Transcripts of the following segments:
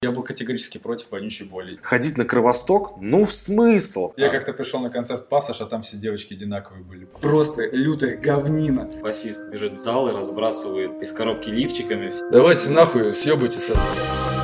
Я был категорически против вонючей боли. Ходить на Кровосток? Ну, в смысл? Я как-то пришел на концерт Пассаж, а там все девочки одинаковые были. Просто лютая говнина. Басист бежит в зал и разбрасывает из коробки лифчиками. Давайте нахуй, съебайте со мной.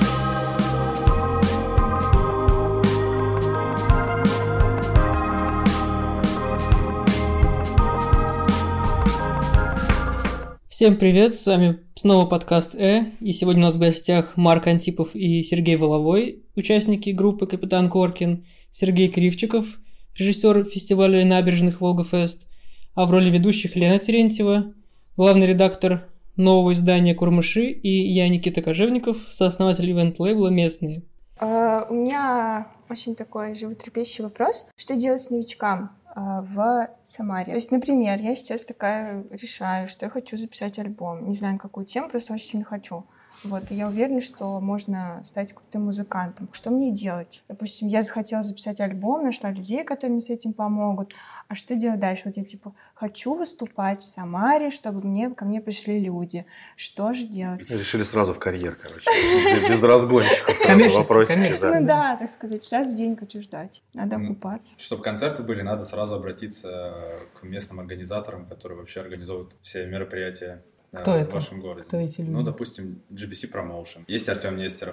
Всем привет, с вами снова подкаст и сегодня у нас в гостях Марк Антипов и Сергей Воловой, участники группы «Капитан Коркин», Сергей Кривчиков, режиссер фестиваля набережных «Волгофест», а в роли ведущих Лена Терентьева, главный редактор нового издания «Курмыши», и я, Никита Кожевников, сооснователь ивент-лейбла «Местные». У меня очень такой животрепещущий вопрос. Что делать с новичкам в Самаре? То есть, например, я сейчас такая решаю, что я хочу записать альбом. Не знаю, на какую тему, просто очень сильно хочу. Вот, и я уверена, что можно стать крутым музыкантом. Что мне делать? Допустим, я захотела записать альбом, нашла людей, которые мне с этим помогут. А что делать дальше? Вот я хочу выступать в Самаре, чтобы ко мне пришли люди. Что же делать? Решили сразу в карьер, без разгонщиков сразу вопросики. Ну да, так сказать, раз в день хочу ждать. Надо окупаться. Чтобы концерты были, надо сразу обратиться к местным организаторам, которые вообще организовывают все мероприятия. Кто это? В вашем городе. Кто эти люди? Ну, допустим, GBC Promotion. Есть Артем Нестеров.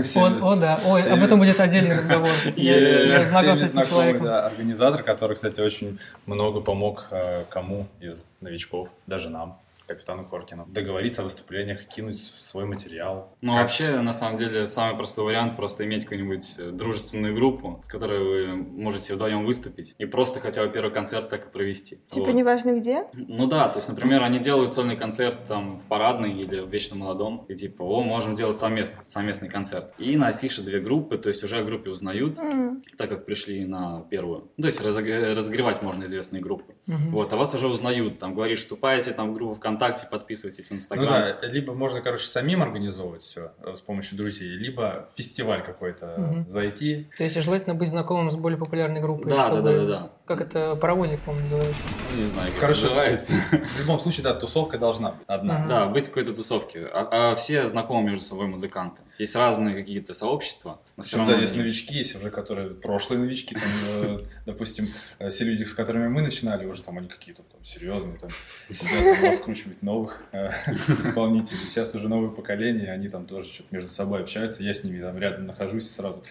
Да. Ой, об этом будет отдельный разговор. Я знаком с этим человеком. Организатор, который, кстати, очень много помог кому из новичков, даже нам, Капитану Коркину, договориться о выступлениях, кинуть свой материал. Ну, вообще, на самом деле, самый простой вариант — просто иметь какую-нибудь дружественную группу, с которой вы можете вдвоем выступить, и просто хотя бы первый концерт так и провести. Неважно где? Ну да, то есть, например, они делают сольный концерт там в Парадной или в Вечном Молодом, и можем делать совместный концерт. И на афише две группы, то есть уже о группе узнают, так как пришли на первую. То есть разогревать можно известные группы. Вот, а вас уже узнают, там, говоришь, вступаете там в группу ВКонтакте, подписывайтесь в Инстаграм. Ну да, либо можно, самим организовывать все с помощью друзей, либо в фестиваль какой-то зайти. То есть желательно быть знакомым с более популярной группой. Да. Как это, паровозик, по-моему, называется? Ну, не знаю, как называется. В любом случае, да, тусовка должна быть одна. Да, быть в какой-то тусовке. А все знакомы между собой музыканты. Есть разные какие-то сообщества. Да, есть новички, есть уже, которые прошлые новички. Там, допустим, все люди, с которыми мы начинали, уже там они какие-то там серьезные, там сидят, там, раскручивают новых исполнителей. Сейчас уже новое поколение, они там тоже что-то между собой общаются. Я с ними там рядом нахожусь и сразу...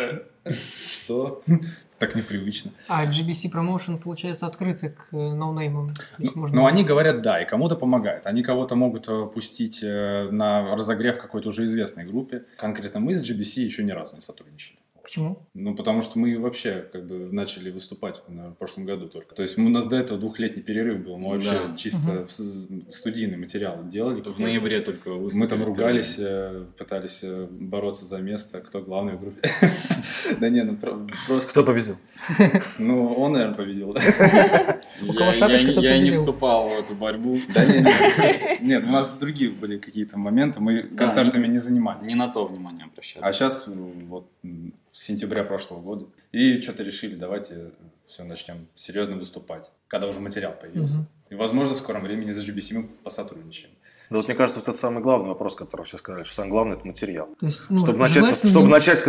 Что? Так непривычно. А GBC Promotion, получается, открыты к ноунеймам? Ну, они говорят да, и кому-то помогают. Они кого-то могут пустить на разогрев какой-то уже известной группе. Конкретно мы с GBC еще ни разу не сотрудничали. Почему? Ну, потому что мы вообще начали выступать в прошлом году только. То есть у нас до этого 2-летний перерыв был. Мы вообще чисто студийный материал делали. В ноябре только выступили. Мы там ругались, пытались бороться за место, кто главный в группе. Да не, ну просто... Кто победил? Ну, он, наверное, победил. Я не вступал в эту борьбу. Да нет, у нас другие были какие-то моменты. Мы концертами не занимались. Не на то внимание обращали. А сейчас вот с сентября прошлого года. И что-то решили, давайте все начнем серьезно выступать, когда уже материал появился. И, возможно, в скором времени с GBC мы посотрудничаем. Да вот мне кажется, это самый главный вопрос, который сейчас сказали, что самое главное – это материал. То есть, чтобы начать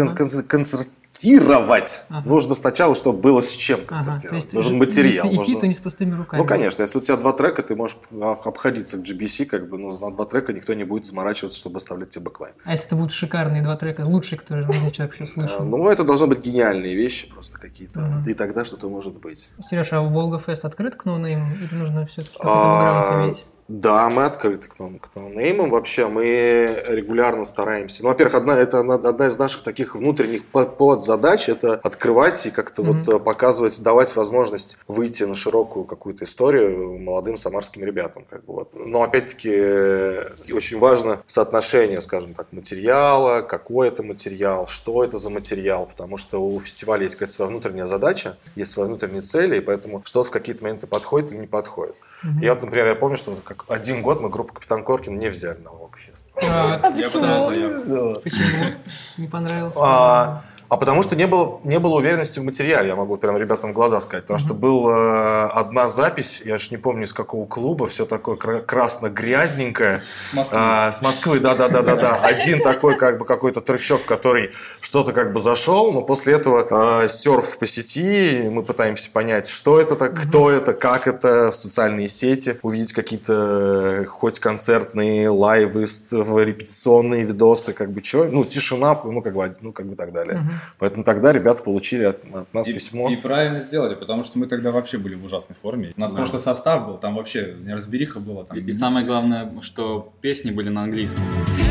концертировать, нужно сначала, чтобы было с чем концертировать. Нужен материал. Если идти, то не с пустыми руками. Ну, конечно, если у тебя 2 трека, ты можешь обходиться к GBC, на 2 трека никто не будет заморачиваться, чтобы оставлять тебе бэклайн. А если это будут шикарные 2 трека, лучшие, которые разный человек сейчас слышал? Ну, это должны быть гениальные вещи просто какие-то. И тогда что-то может быть. Сереж, а Волгофест открыт к ноунеймам? Или нужно все-таки какой-то иметь? Да, мы открыты к ноунеймам. Вообще мы регулярно стараемся. Ну, во-первых, одна из наших таких внутренних подзадач – это открывать и как-то показывать, давать возможность выйти на широкую какую-то историю молодым самарским ребятам. Но опять-таки очень важно соотношение, скажем так, материала, какой это материал, что это за материал, потому что у фестиваля есть какая-то своя внутренняя задача, есть свои внутренние цели, и поэтому что в какие-то моменты подходит или не подходит. Я вот, например, помню, что один год мы группу «Капитан Коркин» не взяли на Волгофест. А почему? Почему? Не понравился? А потому что не было уверенности в материале, я могу прям ребятам в глаза сказать. Потому что была одна запись, я же не помню из какого клуба, все такое красно-грязненькое. С Москвы. С Москвы, да. Один такой как бы какой-то тречок, который что-то как бы зашел, но после этого серф по сети, мы пытаемся понять, что это, кто это, как это, в социальные сети, увидеть какие-то хоть концертные лайвы, репетиционные видосы, как бы что, тишина, как бы так далее. Поэтому тогда ребята получили от нас письмо. И правильно сделали, потому что мы тогда вообще были в ужасной форме. У нас прошлый состав был, там вообще неразбериха была. Там... И самое главное, что песни были на английском.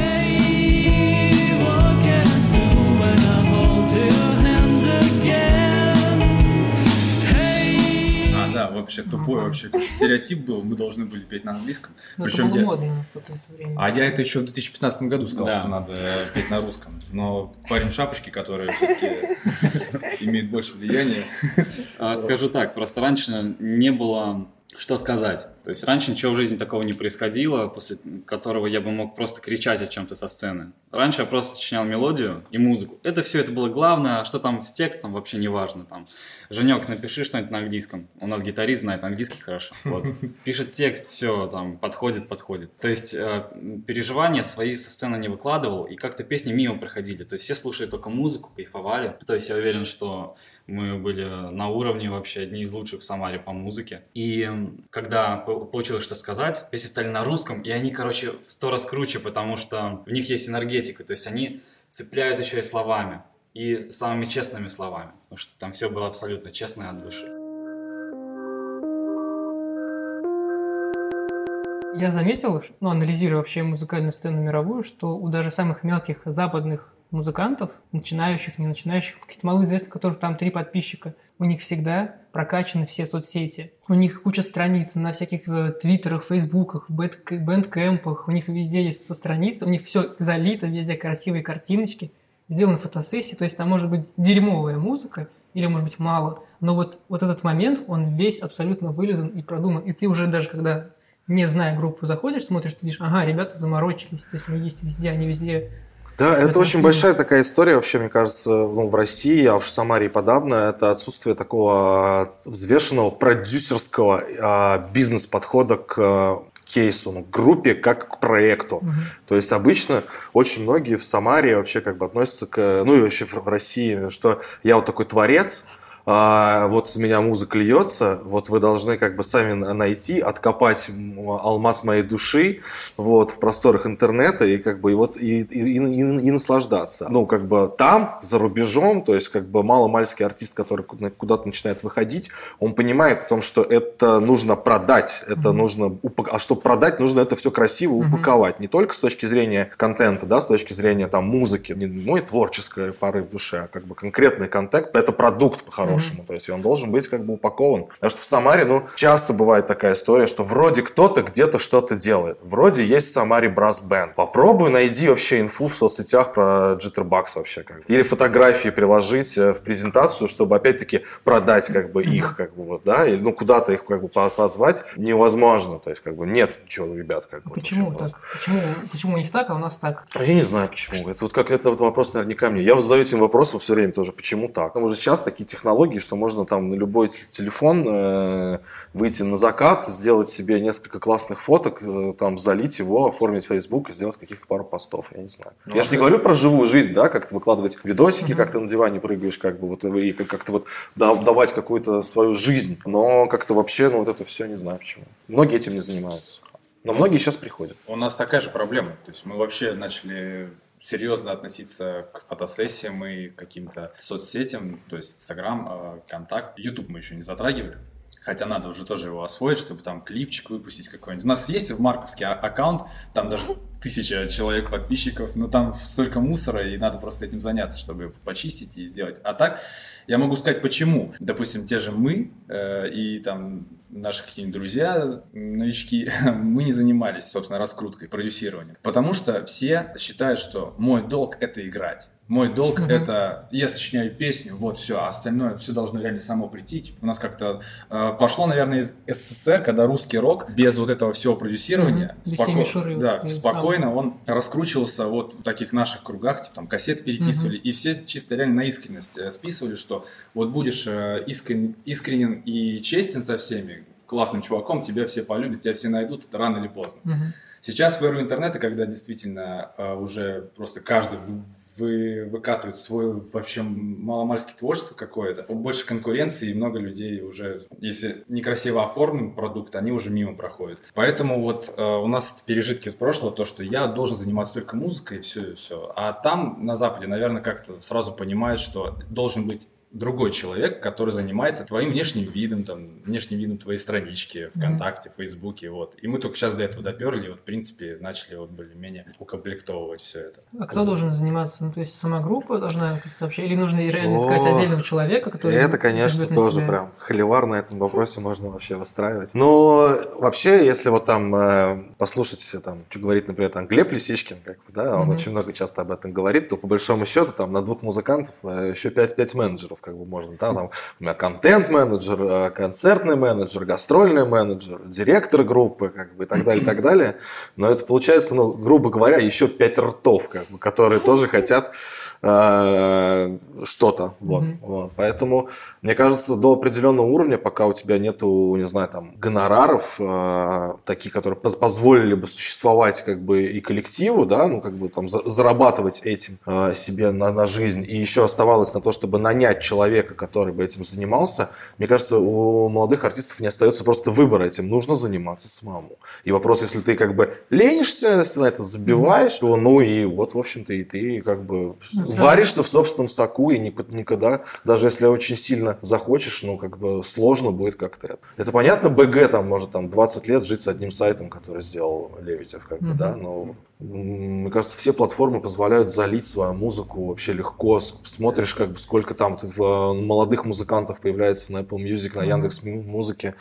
Да, вообще тупой вообще стереотип был, мы должны были петь на английском. Причем это было модно в какое-то время. А я это еще в 2015 году сказал, что надо петь на русском. Но парень в шапочке, который все-таки имеет больше влияния. Скажу так, просто раньше не было что сказать. То есть раньше ничего в жизни такого не происходило, после которого я бы мог просто кричать о чем-то со сцены. Раньше я просто сочинял мелодию и музыку. Это было главное, что там с текстом вообще не важно. Там, Женек, напиши что-нибудь на английском. У нас гитарист знает английский хорошо. Вот. Пишет текст, все, там, подходит. То есть переживания свои со сцены не выкладывал, и как-то песни мимо проходили. То есть все слушали только музыку, кайфовали. То есть я уверен, что мы были на уровне вообще одни из лучших в Самаре по музыке. И когда получилось что сказать, песни стали на русском, и они, в 100 раз круче, потому что в них есть энергетика, то есть они цепляют еще и словами, и самыми честными словами, потому что там все было абсолютно честно и от души. Я заметил, анализируя вообще музыкальную сцену мировую, что у даже самых мелких западных музыкантов, начинающих, не начинающих, каких-то малоизвестных, у которых там 3 подписчика, у них всегда прокачаны все соцсети. У них куча страниц на всяких твиттерах, фейсбуках, бэндкэмпах, у них везде есть страницы, у них все залито, везде красивые картиночки, сделаны фотосессии, то есть там может быть дерьмовая музыка, или может быть мало, но вот этот момент, он весь абсолютно вылизан и продуман, и ты уже даже когда, не зная группу, заходишь, смотришь, ты видишь, ага, ребята заморочились, то есть они есть везде, они везде... Да, это очень большая такая история вообще, мне кажется, в России, а уж в Самаре и подавно, это отсутствие такого взвешенного продюсерского бизнес-подхода к кейсу, к группе, как к проекту. То есть обычно очень многие в Самаре вообще относятся к, и вообще в России, что я вот такой творец, вот из меня музыка льется, вот вы должны сами найти, откопать алмаз моей души в просторах интернета и наслаждаться. Там, за рубежом, то есть маломальский артист, который куда-то начинает выходить, он понимает о том, что это нужно продать, это нужно, а чтобы продать, нужно это все красиво упаковать. Не только с точки зрения контента, да, с точки зрения музыки, не мой творческий порыв в душе, а конкретный контент, это продукт по-хорошему. То есть он должен быть упакован. Потому что в Самаре, часто бывает такая история, что вроде кто-то где-то что-то делает. Вроде есть в Самаре брас-бэнд. Попробуй найди вообще инфу в соцсетях про Jitterbugs вообще. Или фотографии приложить в презентацию, чтобы опять-таки продать их, да, или куда-то их позвать невозможно. То есть нет ничего, ребят. Почему так? Почему у них так, а у нас так? Я не знаю почему. Это вопрос, наверное, не ко мне. Я задаю этим вопросом все время тоже, почему так. Потому что сейчас такие технологии, что можно на любой телефон выйти на закат, сделать себе несколько классных фоток, залить его, оформить в Facebook и сделать каких-то пару постов. Я не знаю. Я же не говорю про живую жизнь, да, как-то выкладывать видосики, как ты на диване прыгаешь, и как-то давать какую-то свою жизнь. Но как-то вообще, это все не знаю почему. Многие этим не занимаются. Но многие сейчас приходят. У нас такая же проблема. То есть мы вообще начали серьезно относиться к фотосессиям и к каким-то соцсетям, то есть Инстаграм, Контакт. Ютуб мы еще не затрагивали, хотя надо уже тоже его освоить, чтобы там клипчик выпустить какой-нибудь. У нас есть в Марковске аккаунт, там даже 1000 человек подписчиков, но там столько мусора, и надо просто этим заняться, чтобы почистить и сделать. А так, я могу сказать, почему. Допустим, те же мы и там наши какие-нибудь друзья, новички, мы не занимались, собственно, раскруткой, продюсированием. Потому что все считают, что мой долг – это играть. Мой долг это, я сочиняю песню, вот все, а остальное все должно реально само прийти. Типа, у нас как-то пошло, наверное, из СССР, когда русский рок без вот этого всего продюсирования, спокойно он раскручивался вот в таких наших кругах, типа там кассеты переписывали, и все чисто реально на искренность списывали, что вот будешь искренен и честен со всеми, классным чуваком, тебя все полюбят, тебя все найдут, это рано или поздно. Сейчас в эру интернета, когда действительно уже просто каждый выкатывает свое вообще маломальски творчество какое-то, больше конкуренции, и много людей уже, если некрасиво оформлен продукт, они уже мимо проходят. Поэтому вот у нас пережитки прошлого, то, что я должен заниматься только музыкой, и все. А там, на Западе, наверное, как-то сразу понимают, что должен быть другой человек, который занимается твоим внешним видом, там, внешним видом твоей странички ВКонтакте, в Фейсбуке, вот. И мы только сейчас до этого доперли, вот, в принципе, начали вот более-менее укомплектовывать все это. А кто должен заниматься? Ну, то есть сама группа должна сообщать? Или нужно реально искать отдельного человека, который... Это, конечно, тоже прям холивар на этом вопросе можно вообще выстраивать. Но вообще, если вот там послушать, там, что говорит, например, там Глеб Лисичкин, как бы, да, он очень много часто об этом говорит, то по большому счету там на 2 музыкантов еще 5 менеджеров как бы можно, да, там, у меня контент-менеджер, концертный менеджер, гастрольный менеджер, директор группы, как бы, и так далее, и так далее. Но это получается, ну, грубо говоря, еще 5 ртов, как бы, которые тоже хотят что-то. Вот. Поэтому, мне кажется, до определенного уровня, пока у тебя нету, не знаю, там, гонораров, такие, которые позволили бы существовать как бы и коллективу, да, ну, как бы там зарабатывать этим себе на жизнь, и еще оставалось на то, чтобы нанять человека, который бы этим занимался, мне кажется, у молодых артистов не остается просто выбора, этим нужно заниматься самому. И вопрос, если ты как бы ленишься, если на это забиваешь, то, ну, и вот, в общем-то, и ты как бы... варишься в собственном соку, и никогда, даже если очень сильно захочешь, ну, как бы сложно будет как-то это. Это понятно, БГ там может там 20 лет жить с одним сайтом, который сделал Левитев, как бы, да, но мне кажется, все платформы позволяют залить свою музыку вообще легко. Смотришь, как бы, сколько там молодых музыкантов появляется на Apple Music, на Яндекс.Музыке,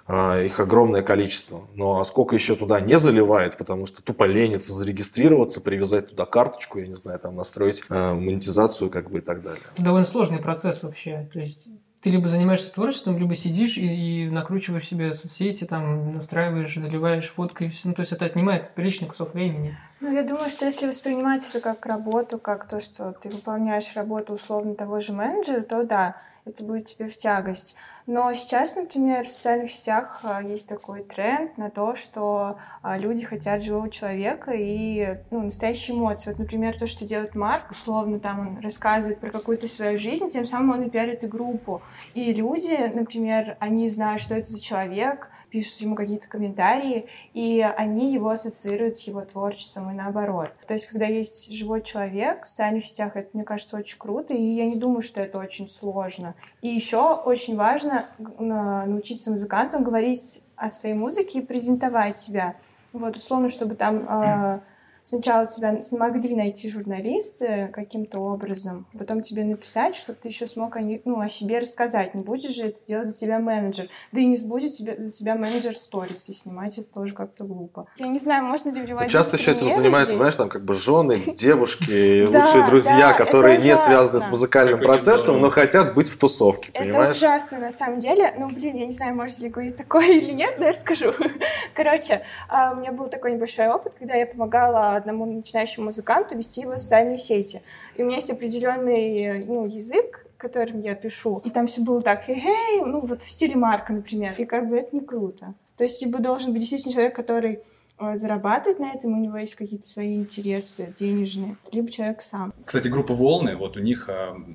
их огромное количество. Ну, а сколько еще туда не заливает, потому что тупо ленится зарегистрироваться, привязать туда карточку, я не знаю, там настроить монетизацию, как бы, и так далее. Довольно сложный процесс вообще. То есть ты либо занимаешься творчеством, либо сидишь и накручиваешь себе соцсети, там, настраиваешь, заливаешь, фоткаешь. Ну, то есть это отнимает приличный кусок времени. Ну, я думаю, что если воспринимать это как работу, как то, что ты выполняешь работу условно того же менеджера, то да, это будет тебе в тягость. Но сейчас, например, в социальных сетях есть такой тренд на то, что люди хотят живого человека и настоящие эмоции. Вот, например, то, что делает Марк, условно, там он рассказывает про какую-то свою жизнь, тем самым он и пиарит и группу. И люди, например, они знают, что это за человек, пишут ему какие-то комментарии, и они его ассоциируют с его творчеством, и наоборот. То есть, когда есть живой человек в социальных сетях, это, мне кажется, очень круто, и я не думаю, что это очень сложно. И еще очень важно научиться музыкантам говорить о своей музыке и презентовать себя. Вот, условно, чтобы там... Сначала тебя смогли найти журналисты каким-то образом, потом тебе написать, чтобы ты еще смог о себе рассказать. Не будешь же это делать за тебя менеджер. Да и не будет за себя менеджер сторис, и снимать это тоже как-то глупо. Я не знаю, можно ли приводить часто еще этим занимаются, здесь? Знаешь, там как бы жены, девушки, лучшие друзья, которые не связаны с музыкальным процессом, но хотят быть в тусовке, понимаешь? Это ужасно на самом деле. Ну, блин, я не знаю, можно ли говорить такое или нет, но я расскажу. Короче, у меня был такой небольшой опыт, когда я помогала одному начинающему музыканту вести его в социальные сети. И у меня есть определенный язык, которым я пишу. И там все было так, хей-хей, вот в стиле Марка, например. И как бы это не круто. То есть либо должен быть действительно человек, который зарабатывает на этом, у него есть какие-то свои интересы денежные, либо человек сам. Кстати, группа «Волны», вот у них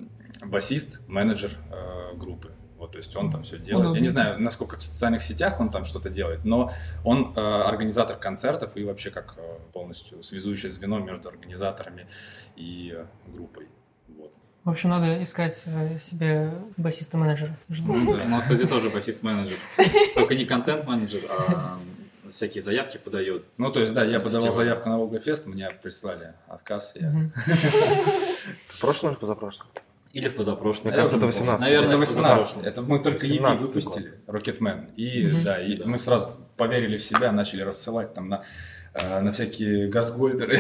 басист, менеджер группы. Вот, то есть он там все делает. Я не знаю, насколько в социальных сетях он там что-то делает, но он организатор концертов и вообще как полностью связующее звено между организаторами и группой. Вот. В общем, надо искать себе басиста-менеджера. У нас, кстати, тоже басист-менеджер. Только не контент-менеджер, а всякие заявки подает. Ну, то есть, да, я подавал заявку на Волгофест, мне прислали отказ. В прошлом или позапрошлом? Или в позапрошлом. Мне кажется, это 18. Наверное, 18. Это мы только EP выпустили, Rocketman. И мы сразу поверили в себя, начали рассылать там на на всякие газгольдеры,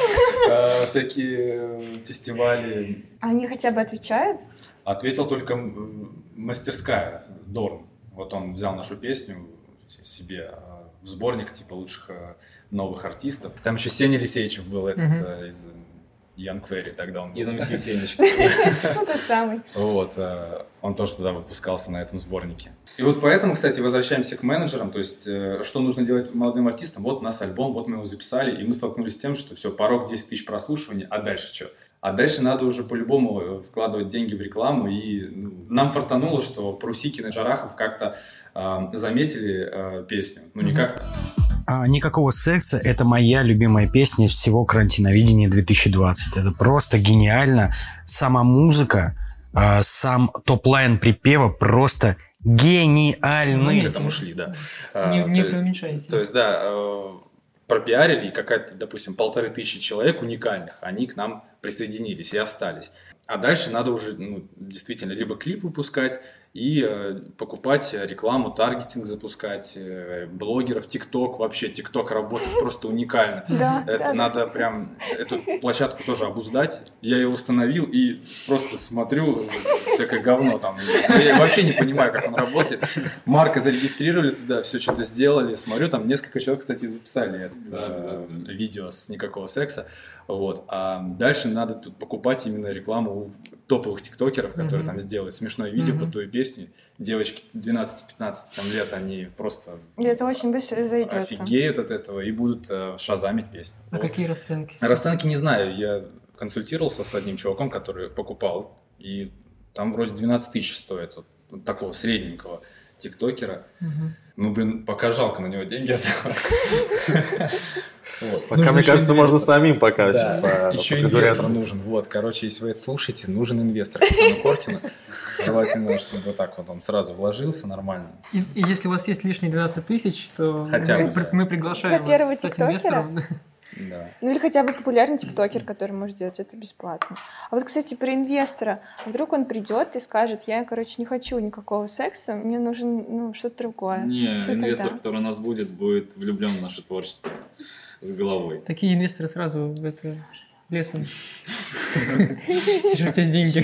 всякие фестивали. Они хотя бы отвечают? Ответил только мастерская, Дорн. Вот он взял нашу песню себе в сборник типа лучших новых артистов. Там еще Сеня Лисеичев был этот из Young Query, тогда он был. Из MC Сенечка. Ну, тот самый. Вот, он тоже туда выпускался на этом сборнике. И вот поэтому, кстати, возвращаемся к менеджерам, то есть, что нужно делать молодым артистам? Вот у нас альбом, вот мы его записали, и мы столкнулись с тем, что все, порог 10 тысяч прослушиваний, а дальше что? А дальше надо уже по-любому вкладывать деньги в рекламу, и нам фартануло, что Прусикин и Джарахов как-то заметили песню, ну не как-то. «Никакого секса» — это моя любимая песня из всего карантиновидения 2020. Это просто гениально. Сама музыка, сам топ-лайн припева просто гениальный. К этому шли, да. Не преуменьшайте. То есть, да, пропиарили, и какая-то, допустим, 1500 человек уникальных, они к нам присоединились и остались. А дальше надо уже действительно либо клип выпускать и покупать рекламу, таргетинг запускать, блогеров, ТикТок. Вообще ТикТок работает просто уникально. Да, это надо прям эту площадку тоже обуздать. Я ее установил и просто смотрю всякое говно там. Я вообще не понимаю, как он работает. Марка зарегистрировали туда, все что-то сделали. Смотрю, там несколько человек, кстати, записали это видео с «Никакого секса». Вот. А дальше надо тут покупать именно рекламу у топовых тиктокеров, которые там сделают смешное видео под твою песню. Девочки 12-15 лет, они просто И это очень быстро разойдется. офигеют от этого и будут шазамить песню. А Вот. какие расценки? Расценки не знаю. Я консультировался с одним чуваком, который покупал, и там вроде 12 тысяч стоит вот такого средненького тиктокера. Ну, блин, пока жалко на него деньги отдавать. Пока, мне кажется, можно самим пока еще инвестор нужен. Вот, короче, если вы это слушаете, нужен инвестор Капитану Коркину. Желательно, чтобы вот так вот он сразу вложился нормально. И если у вас есть лишние 12 тысяч, то Хотя бы, мы приглашаем На первого вас стать тиктокера? инвестором. Да. Ну или хотя бы популярный тиктокер, который может делать это бесплатно. А вот, кстати, про инвестора. Вдруг он придет и скажет: я, короче, не хочу никакого секса, мне нужен что-то другое. Не, Что инвестор, тогда? который у нас будет влюблен в наше творчество с головой. Такие инвесторы сразу лесом. Сейчас есть деньги.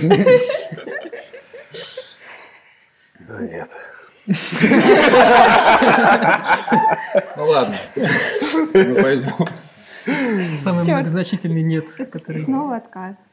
Да нет. Ну ладно, мы пойдем. Самый Чёрт. многозначительный нет. который- Снова отказ.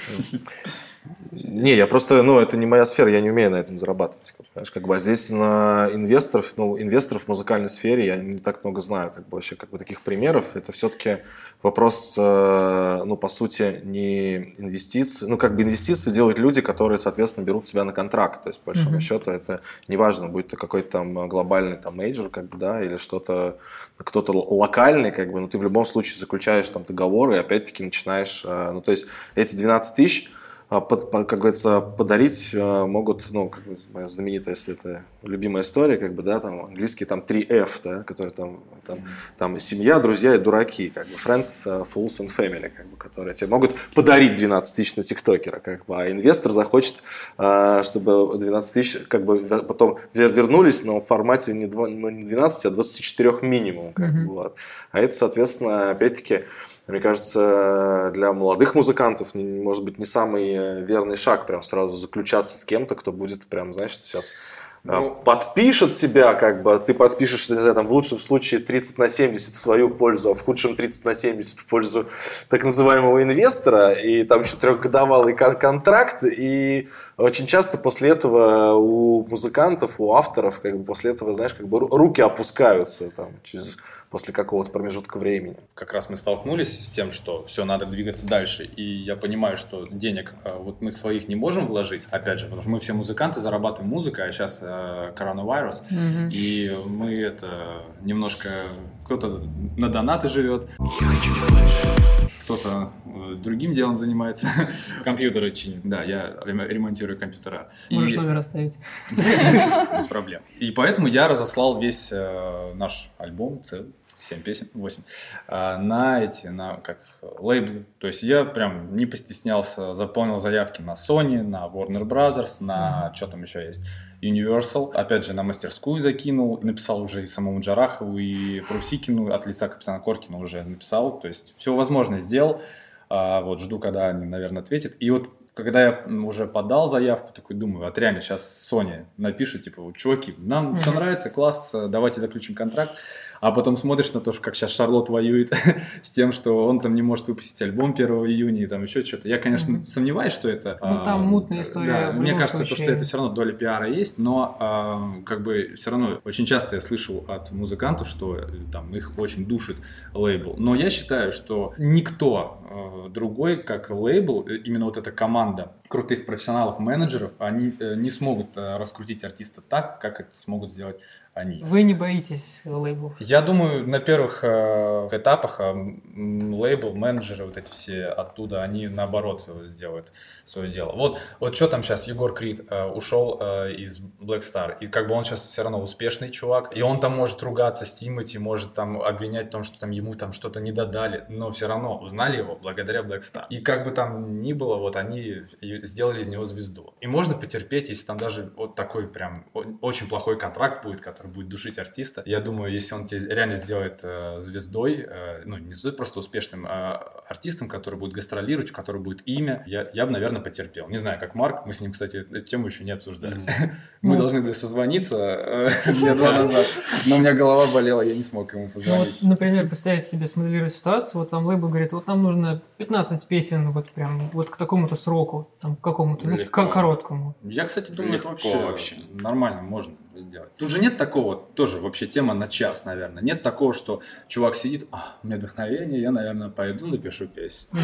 Не, я просто, это не моя сфера, я не умею на этом зарабатывать. Понимаешь, а здесь на инвесторов в музыкальной сфере я не так много знаю, вообще таких примеров. Это все-таки вопрос, по сути, не инвестиций. Инвестиции делают люди, которые, соответственно, берут себя на контракт. То есть, по большому счету, это неважно, будет это какой-то там глобальный мейджор, или что-то, кто-то локальный, но ты в любом случае заключаешь там договор и опять-таки начинаешь, то есть эти 12 тысяч, как говорится, подарить могут, моя знаменитая, если это любимая история, там английский 3F, да, которые там семья, друзья и дураки, friends, fools and family, которые тебе могут подарить 12 тысяч на тиктокера, а инвестор захочет, чтобы 12 тысяч потом вернулись, но в формате не 12, а 24 минимум, вот. А это, соответственно, опять-таки, мне кажется, для молодых музыкантов, может быть, не самый верный шаг прям сразу заключаться с кем-то, кто будет прям, сейчас подпишет тебя, ты подпишешься, в лучшем случае 30/70 в свою пользу, а в худшем 30/70 в пользу так называемого инвестора, и там еще 3-годовалый контракт, и очень часто после этого у музыкантов, у авторов, после этого, руки опускаются после какого-то промежутка времени. Как раз мы столкнулись с тем, что все, надо двигаться дальше. И я понимаю, что денег мы своих не можем вложить, опять же, потому что мы все музыканты, зарабатываем музыкой, а сейчас коронавирус. И мы немножко... Кто-то на донаты живет, кто-то другим делом занимается. Компьютеры чинят. Да, я ремонтирую компьютера. Можешь номер оставить. Без проблем. И поэтому я разослал весь наш альбом, целый, 7 песен, 8, на лейблы. То есть я прям не постеснялся, заполнил заявки на Sony, на Warner Brothers, на что там еще есть, Universal. Опять же, на мастерскую закинул, написал уже и самому Джарахову, и Прусикину, от лица капитана Коркина уже написал. То есть все возможное сделал. Вот жду, когда они, наверное, ответят. И вот когда я уже подал заявку, такой думаю, вот реально сейчас Sony напишет, типа, чуваки, нам все нравится, класс, давайте заключим контракт. А потом смотришь на то, как сейчас Шарлотт воюет с тем, что он там не может выпустить альбом 1 июня и там еще что-то. Я, конечно, сомневаюсь, что это... Ну, там мутная история. Да, мне кажется, что это все равно доля пиара есть, но как бы все равно очень часто я слышу от музыкантов, что там их очень душит лейбл. Но я считаю, что никто другой, как лейбл, именно вот эта команда крутых профессионалов-менеджеров, они не смогут раскрутить артиста так, как это смогут сделать они. Вы не боитесь лейблов? Я думаю, на первых этапах лейбл, менеджеры, вот эти все оттуда, они наоборот сделают свое дело. Вот что там сейчас Егор Крид ушел из Black Star, и как бы он сейчас все равно успешный чувак, и он там может ругаться с Тимати, может там обвинять в том, что там ему там что-то не додали, но все равно узнали его благодаря Black Star. И как бы там ни было, вот они сделали из него звезду. И можно потерпеть, если там даже вот такой прям очень плохой контракт будет, который будет душить артиста. Я думаю, если он тебя реально сделает звездой, ну, не звездой, просто успешным артистом, который будет гастролировать, у которого будет имя, я бы, наверное, потерпел. Не знаю, как Марк, мы с ним, кстати, эту тему еще не обсуждали. Мы должны были созвониться дня 2 назад, но у меня голова болела, я не смог ему позвонить. Ну, вот, например, представить себе, смоделировать ситуацию, вот вам лейбл говорит, вот нам нужно 15 песен вот прям вот к такому-то сроку, там, к какому-то, ну, короткому. Я, кстати, думаю, это вообще нормально можно сделать. Тут же нет такого, тоже вообще тема на час, наверное. Нет такого, что чувак сидит, у меня вдохновение, я, наверное, пойду напишу песню.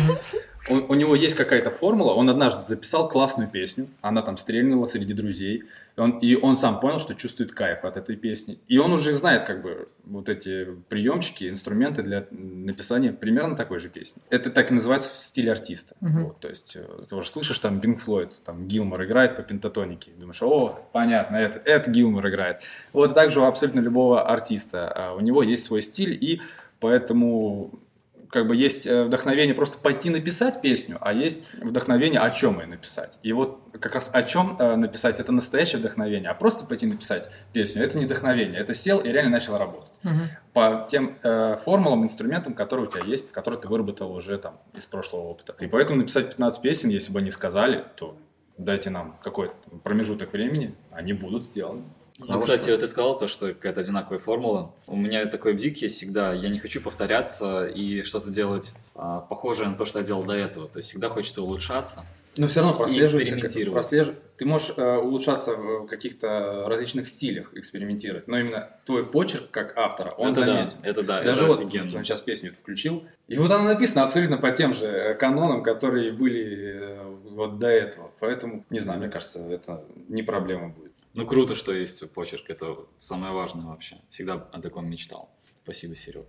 У него есть какая-то формула, он однажды записал классную песню, она там стрельнула среди друзей, и он сам понял, что чувствует кайф от этой песни. И он уже знает как бы вот эти приемчики, инструменты для написания примерно такой же песни. Это так и называется в стиле артиста. Вот, то есть ты уже слышишь, там Pink Floyd, там Гилмор играет по пентатонике, думаешь, понятно, это Гилмор играет. Вот так же у абсолютно любого артиста. У него есть свой стиль, и поэтому... как бы есть вдохновение просто пойти написать песню, а есть вдохновение, о чем ее написать. И вот как раз о чем написать, это настоящее вдохновение, а просто пойти написать песню, это не вдохновение, это сел и реально начал работать. По тем формулам, инструментам, которые у тебя есть, которые ты выработал уже там из прошлого опыта. И поэтому написать 15 песен, если бы они сказали, то дайте нам какой-то промежуток времени, они будут сделаны. Ну, кстати, вот ты сказал то, что какая-то одинаковая формула. У меня такой бзик есть всегда. Я не хочу повторяться и что-то делать похожее на то, что я делал до этого. То есть всегда хочется улучшаться. Но все равно экспериментировать. Ты можешь улучшаться в каких-то различных стилях, экспериментировать. Но именно твой почерк как автора, он заметен. Это да, даже это вот офигенно. Он сейчас песню включил. И вот она написана абсолютно по тем же канонам, которые были вот до этого. Поэтому, не знаю, мне кажется, это не проблема будет. Ну, круто, что есть почерк. Это самое важное вообще. Всегда о таком мечтал. Спасибо, Серег.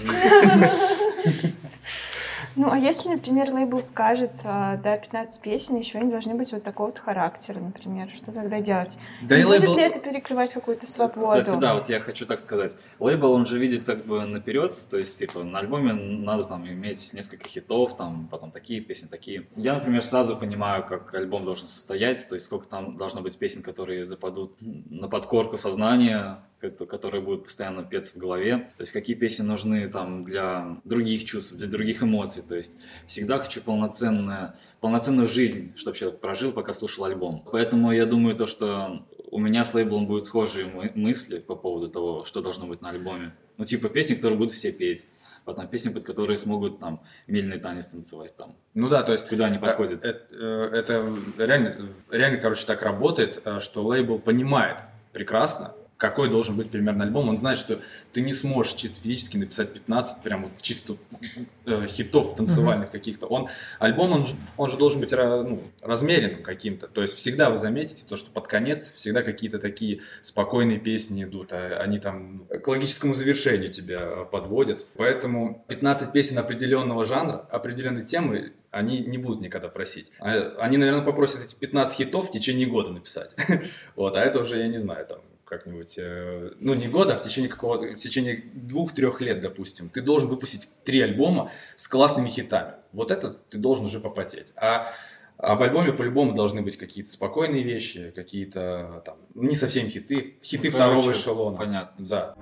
Ну, а если, например, лейбл скажет, да, 15 песен, еще они должны быть вот такого-то характера, например, что тогда делать? Да, не и будет лейбл... ли это перекрывать какую-то свободу? Кстати, да, вот я хочу так сказать. Лейбл, он же видит как бы наперед, то есть, типа, на альбоме надо там иметь несколько хитов, там, потом такие песни, такие. Я, например, сразу понимаю, как альбом должен состоять, то есть, сколько там должно быть песен, которые западут на подкорку сознания, которые будут постоянно петься в голове. То есть, какие песни нужны там для других чувств, для других эмоций. То есть, всегда хочу полноценную жизнь, чтобы человек прожил, пока слушал альбом. Поэтому я думаю, то, что у меня с лейблом будут схожие мысли по поводу того, что должно быть на альбоме. Ну, типа, песни, которые будут все петь. Потом песни, под которые смогут там мильный танец танцевать там. Ну да, то есть... Куда они подходят. Это реально, короче, так работает, что лейбл понимает прекрасно, какой должен быть примерно альбом. Он знает, что ты не сможешь чисто физически написать 15 прям вот чисто хитов танцевальных каких-то. Альбом же должен быть размеренным каким-то. То есть всегда вы заметите то, что под конец всегда какие-то такие спокойные песни идут. Они там к логическому завершению тебя подводят. Поэтому 15 песен определенного жанра, определенной темы они не будут никогда просить. Они, наверное, попросят эти 15 хитов в течение года написать. Вот, а это уже, я не знаю, там, как-нибудь, ну не года, а в течение 2-3 лет, допустим, ты должен выпустить 3 альбома с классными хитами. Вот это ты должен уже попотеть. А в альбоме по-любому должны быть какие-то спокойные вещи, какие-то там, не совсем хиты второго эшелона. Понятно. Да.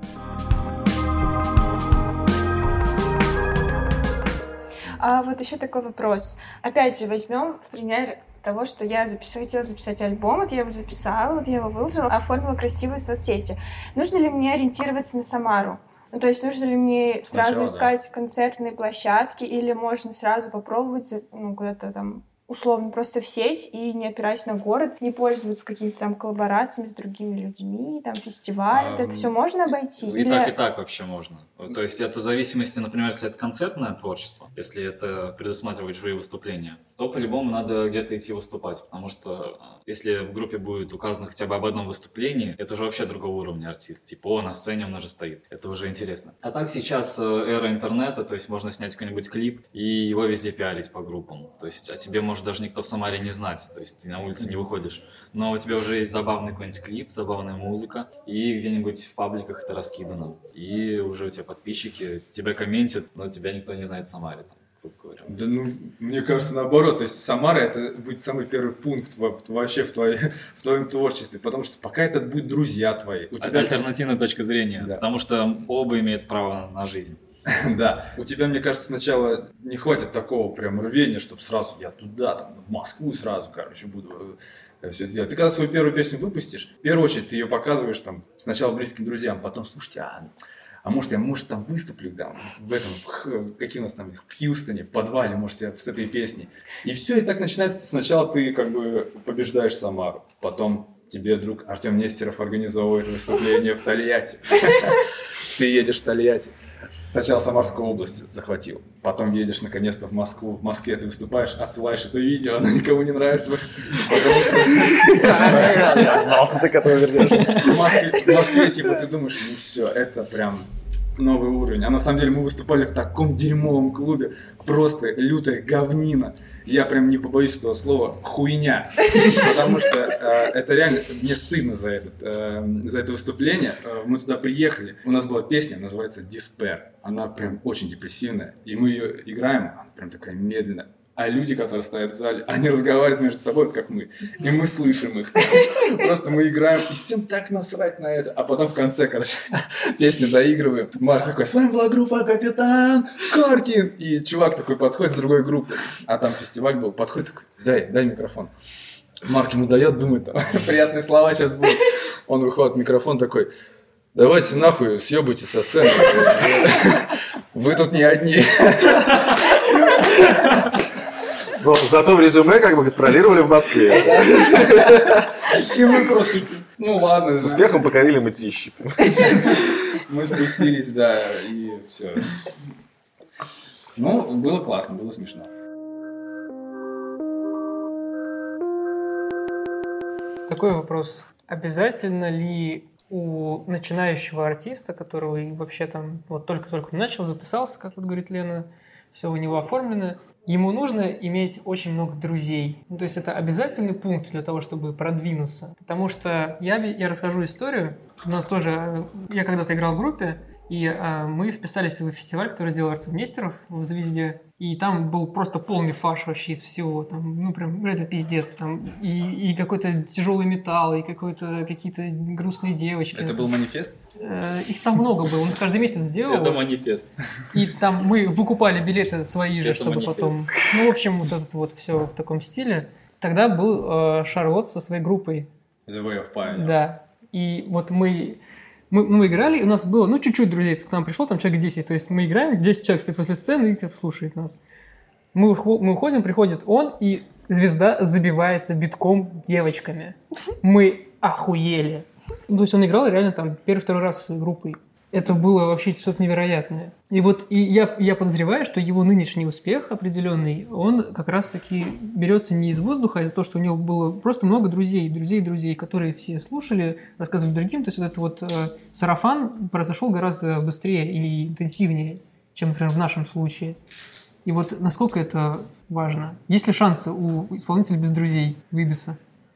А вот еще такой вопрос. Опять же, возьмем в пример того, что я хотела записать альбом, вот я его записала, вот я его выложила, оформила красивые соцсети. Нужно ли мне ориентироваться на Самару? Ну, то есть нужно ли мне сразу искать концертные площадки, или можно сразу попробовать, ну, куда-то там условно просто в сеть и не опираясь на город, не пользоваться какими-то там коллаборациями с другими людьми, там фестивали, вот это все можно обойти? И так вообще можно. То есть это в зависимости, например, если это концертное творчество, если это предусматривает живые выступления, то по-любому надо где-то идти выступать, потому что если в группе будет указано хотя бы об одном выступлении, это уже вообще другого уровня артист. Типа, на сцене он уже стоит. Это уже интересно. А так сейчас эра интернета, то есть можно снять какой-нибудь клип и его везде пиарить по группам. То есть о тебе может даже никто в Самаре не знать, то есть ты на улицу не выходишь, но у тебя уже есть забавный какой-нибудь клип, забавная музыка, и где-нибудь в пабликах это раскидано. И уже у тебя подписчики тебя комментят, но тебя никто не знает в Самаре. Там, говоря. Да, ну, мне кажется, наоборот, то есть Самара это будет самый первый пункт вообще в твоем творчестве, потому что пока это будут друзья твои. У тебя альтернативная точка зрения, да. Потому что оба имеют право на жизнь. Да, у тебя, мне кажется, сначала не хватит такого прям рвения, чтобы сразу я туда, там, в Москву сразу, короче, буду все делать. Ты когда свою первую песню выпустишь, в первую очередь ты ее показываешь там сначала близким друзьям, потом, слушайте, а может я там выступлю там, какие у нас там, в Хьюстоне, в подвале, может я с этой песней. И все, и так начинается. Сначала ты как бы побеждаешь Самару, потом тебе друг Артем Нестеров организовывает выступление в Тольятти. Ты едешь в Тольятти. Сначала Самарскую область захватил, потом едешь наконец-то в Москву. В Москве ты выступаешь, отсылаешь это видео, оно никому не нравится, потому что... Я знал, что ты к этому вернешься. В Москве, типа, ты думаешь, ну все, это прям новый уровень. А на самом деле мы выступали в таком дерьмовом клубе, просто лютая говнина. Я прям не побоюсь этого слова, хуйня. Потому что это реально, мне стыдно за это выступление. Мы туда приехали, у нас была песня, называется «Despair». Она прям очень депрессивная, и мы ее играем, она прям такая медленная. А люди, которые стоят в зале, они разговаривают между собой, вот как мы. И мы слышим их. Просто мы играем, и всем так насрать на это. А потом в конце, короче, песню доигрываем. Марк такой, с вами была группа «Капитан Коркин». И чувак такой подходит с другой группы. А там фестиваль был, подходит такой, дай микрофон. Марк ему дает, думает, там, приятные слова сейчас будут. Он выходит, микрофон такой, давайте нахуй съебайте со сцены. Вы тут не одни. Но зато в резюме как бы гастролировали в Москве. И мы просто, ну ладно. С успехом покорили Мытищи. Мы спустились, да, и все. Ну, было классно, было смешно. Такой вопрос. Обязательно ли у начинающего артиста, который вообще там вот только-только начал, записался, как вот говорит Лена, все у него оформлено, ему нужно иметь очень много друзей. Ну, то есть это обязательный пункт для того, чтобы продвинуться. Потому что я расскажу историю. У нас тоже... Я когда-то играл в группе, и мы вписались в фестиваль, который делал Артем Нестеров в «Звезде». И там был просто полный фарш вообще из всего. Там, ну, прям реально пиздец. Там и какой-то тяжелый металл, и какие-то грустные девочки. Это был манифест? Их там много было. Он каждый месяц делал. Это манифест. И там мы выкупали билеты свои же, Это чтобы манифест. потом... Ну, в общем, вот это вот все в таком стиле. Тогда был Шарлот со своей группой. The Way of Pioneer. Да. И вот мы играли, и у нас было, ну, чуть-чуть друзей. К нам пришло, там человек 10. То есть мы играем, 10 человек стоит возле сцены и слушает нас. Мы уходим, приходит он, и «Звезда» забивается битком девочками. Мы охуели. То есть он играл реально там первый-второй раз с группой. Это было вообще что-то невероятное. И вот я подозреваю, что его нынешний успех определенный, он как раз-таки берется не из воздуха, а из-за того, что у него было просто много друзей, которые все слушали, рассказывали другим. То есть вот этот вот сарафан произошел гораздо быстрее и интенсивнее, чем, например, в нашем случае. И вот насколько это важно? Есть ли шансы у исполнителя без друзей выбиться?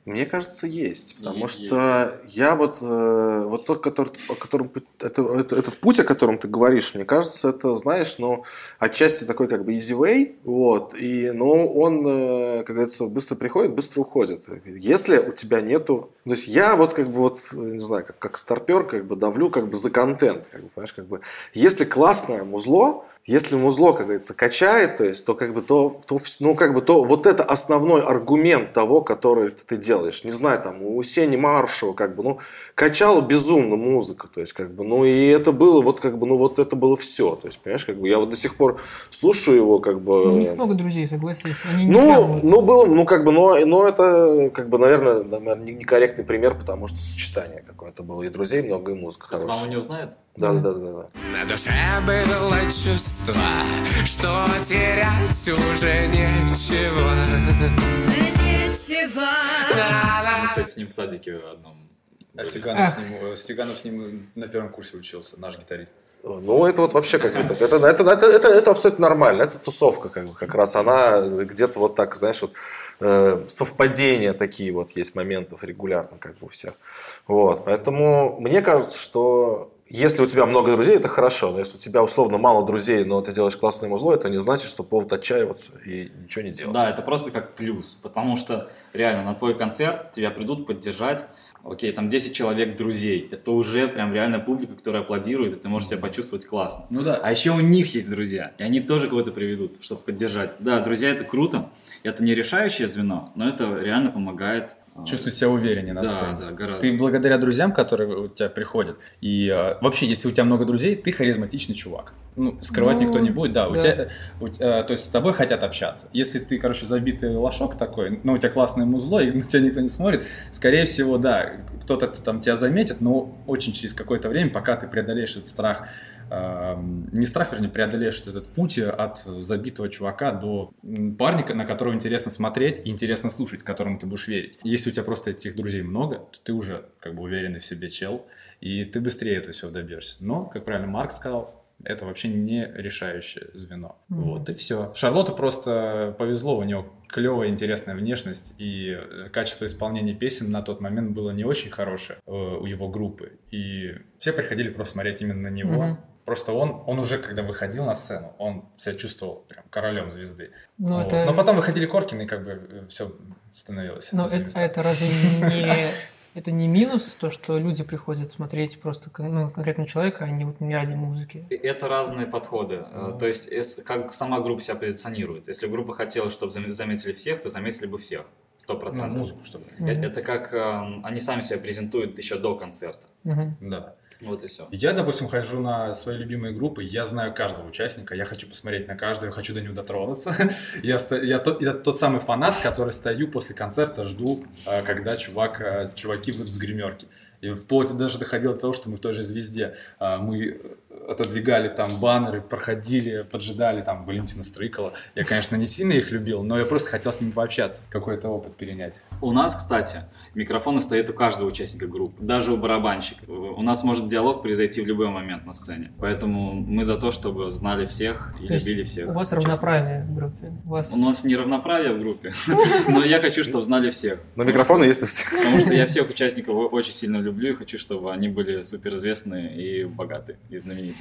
Мне кажется, есть, потому что я вот тот, этот путь, о котором ты говоришь, мне кажется, это, знаешь, отчасти такой как бы easy way, вот, он, как говорится, быстро приходит, быстро уходит. Если у тебя нету, то есть я не знаю, как старпер, как бы давлю как бы за контент, как бы, понимаешь, как бы, если классное музло, как говорится, качает, то есть, то вот это основной аргумент того, который ты делаешь. Не знаю, там, у Сени Маршева, как бы, качала безумно музыка, то есть, как бы, и это было, это было все. То есть, понимаешь, как бы, я вот до сих пор слушаю его, как бы... У них много друзей, согласись. Они это, как бы, наверное, некорректный пример, потому что сочетание какое-то было. И друзей много, и музыка хорошая. Мама не узнает? Да. На душе было чувство, что терять уже нечего. Кстати, с ним в садике одном. Стеганов с ним на первом курсе учился, наш гитарист. Это вот вообще как бы это абсолютно нормально. Это тусовка, как раз она где-то вот так, знаешь, совпадения такие вот есть моментов регулярно, как бы у всех. Вот. Поэтому мне кажется, что если у тебя много друзей, это хорошо. Но если у тебя условно мало друзей, но ты делаешь классное музло, это не значит, что повод отчаиваться и ничего не делать. Да, это просто как плюс. Потому что реально на твой концерт тебя придут поддержать. Окей, там 10 человек друзей. Это уже прям реально публика, которая аплодирует, и ты можешь себя почувствовать классно. Ну да. А еще у них есть друзья, и они тоже кого-то приведут, чтобы поддержать. Да, друзья, это круто. Это не решающее звено, но это реально помогает. Чувствовать себя увереннее на сцене. Да, гораздо. Ты благодаря друзьям, которые у тебя приходят, и вообще, если у тебя много друзей, ты харизматичный чувак. Скрывать никто не будет, да. То есть с тобой хотят общаться. Если ты, забитый лошок такой, у тебя классное музло, и на тебя никто не смотрит, скорее всего, да, кто-то там тебя заметит, но очень через какое-то время, пока ты преодолеешь этот страх, не страх, вернее, преодолеешь этот путь от забитого чувака до парня, на которого интересно смотреть и интересно слушать, которому ты будешь верить. Если у тебя просто этих друзей много, то ты уже уверенный в себе чел, и ты быстрее этого всего добьешься. Но, как правильно Марк сказал, это вообще не решающее звено. Вот и все. Шарлотту просто повезло, у него клевая, интересная внешность, и качество исполнения песен на тот момент было не очень хорошее у его группы. И все приходили просто смотреть именно на него. Просто он уже, когда выходил на сцену, он себя чувствовал прям королем звезды. Но потом выходили Коркин, и все становилось. Но это разве это не минус, то, что люди приходят смотреть просто конкретного человека, а не ради музыки? Это разные подходы. То есть, как сама группа себя позиционирует. Если группа хотела, чтобы заметили всех, то заметили бы всех. 100%. Музыку, чтобы. Это как они сами себя презентуют еще до концерта. Да. Вот и все. Я, допустим, хожу на свои любимые группы, я знаю каждого участника, я хочу посмотреть на каждого, хочу до него дотронуться. Я тот самый фанат, который стою после концерта, жду, когда чуваки выйдут с гримерки. И вплоть даже доходило до того, что мы в той же «Звезде» мы отодвигали там баннеры, проходили, поджидали там Валентина Стрыкала. Я, конечно, не сильно их любил, но я просто хотел с ними пообщаться, какой-то опыт перенять. У нас, кстати, микрофоны стоят у каждого участника группы, даже у барабанщика. У нас может диалог произойти в любой момент на сцене. Поэтому мы за то, чтобы знали всех и любили всех. У вас равноправие в группе? У нас не равноправие в группе, но я хочу, чтобы знали всех. Но микрофоны есть у всех. Потому что я всех участников очень сильно люблю и хочу, чтобы они были суперизвестные и богатые, и знаменитые.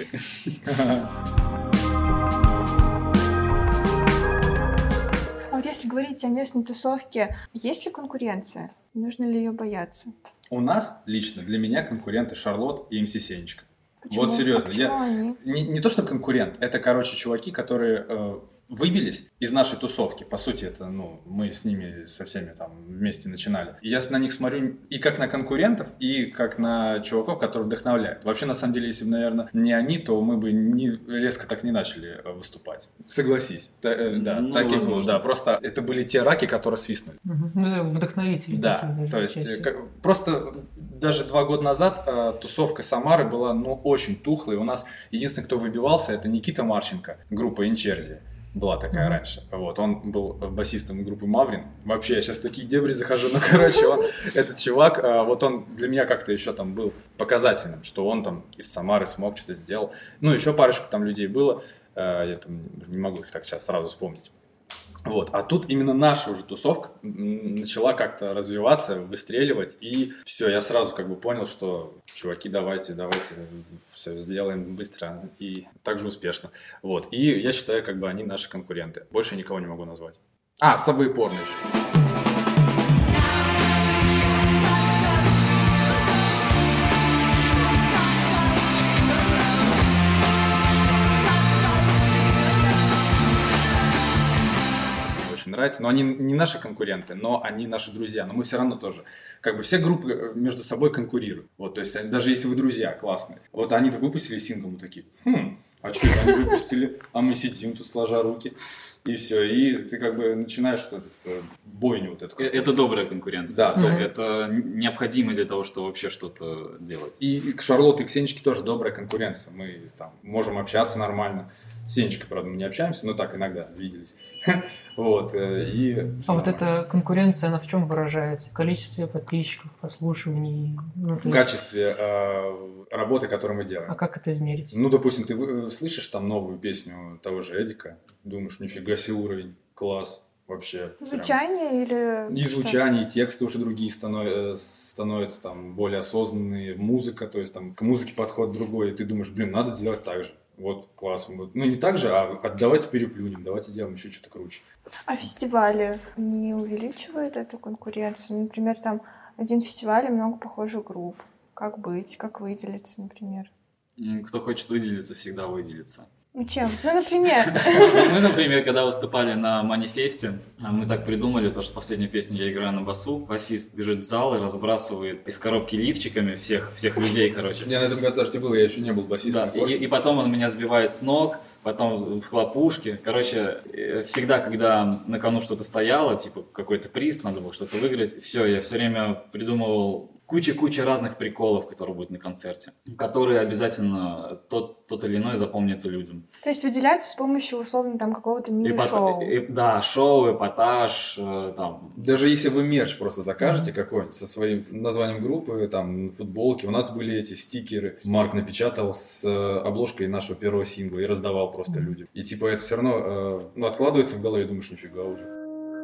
А вот если говорить о местной тусовке, есть ли конкуренция? Нужно ли ее бояться? У нас лично, для меня конкуренты Шарлотт и МС Сенечка. Почему? Вот серьезно. Они? Не то, что конкурент, это, чуваки, которые выбились из нашей тусовки. По сути, это, мы с ними со всеми там вместе начинали. И я на них смотрю и как на конкурентов, и как на чуваков, которые вдохновляют. Вообще, на самом деле, если бы, наверное, не они, то мы бы резко так не начали выступать. Согласись. Так и было. Да, просто это были те раки, которые свистнули. Вдохновители. Да, то есть просто даже 2 года назад тусовка Самары была, очень тухлой. У нас единственный, кто выбивался, это Никита Марченко, группа Инчерзи. Была такая раньше. Вот, он был басистом группы Маврин. Вообще, я сейчас в такие дебри захожу. Этот чувак, он для меня как-то еще там был показательным, что он там из Самары смог что-то сделал. Еще парочку там людей было. Я там не могу их так сейчас сразу вспомнить. Вот. А тут именно наша уже тусовка начала как-то развиваться, выстреливать, и все, я сразу как бы понял, что, чуваки, давайте все сделаем быстро и также успешно. Вот. И я считаю, как бы они наши конкуренты. Больше никого не могу назвать. Subway Porn еще. Нравится, но они не наши конкуренты, но они наши друзья, но мы все равно тоже, как бы все группы между собой конкурируют, вот, то есть даже если вы друзья классные, вот они так выпустили сингл, мы такие, а что это они выпустили, а мы сидим тут сложа руки, и все, и ты как бы начинаешь вот этот бойню вот эту. Это добрая конкуренция. Да, это необходимо для того, чтобы вообще что-то делать. И к Шарлотте и к Сенечке тоже добрая конкуренция, мы там можем общаться нормально, с Сенечкой, правда, мы не общаемся, но так иногда виделись. Вот, и... вот эта конкуренция, она в чем выражается? В количестве подписчиков, прослушиваний? В качестве работы, которую мы делаем. А как это измерить? Ну, допустим, ты слышишь там новую песню того же Эдика, думаешь, нифига себе уровень, класс, вообще. Звучание прям. или... И звучание, и тексты уже другие становятся там более осознанные, музыка, то есть там к музыке подход другой, и ты думаешь, надо сделать так же. Вот, класс. Ну, не так же, а давайте переплюнем, давайте сделаем еще что-то круче. А фестивали не увеличивают эту конкуренцию? Например, там один фестиваль и много похожих групп. Как быть? Как выделиться, например? Кто хочет выделиться, всегда выделится. Ну, чем? Ну, например. Мы, например, когда выступали на манифесте, мы так придумали, то, что последнюю песню я играю на басу, басист бежит в зал и разбрасывает из коробки лифчиками всех людей, короче. Я на этом концерте был, я еще не был басистом. Да, и потом он меня сбивает с ног, потом в хлопушке. Короче, всегда, когда на кону что-то стояло, типа какой-то приз, надо было что-то выиграть, все, я все время придумывал куча разных приколов, которые будут на концерте, которые обязательно тот или иной запомнится людям. То есть выделяется с помощью, условно, там какого-то мини-шоу. Да, шоу, эпатаж, там. Даже если вы мерч просто закажете какой-нибудь со своим названием группы, там, футболки, у нас были эти стикеры, Марк напечатал с обложкой нашего первого сингла и раздавал просто людям. И типа это все равно откладывается в голове, думаешь, нифига уже.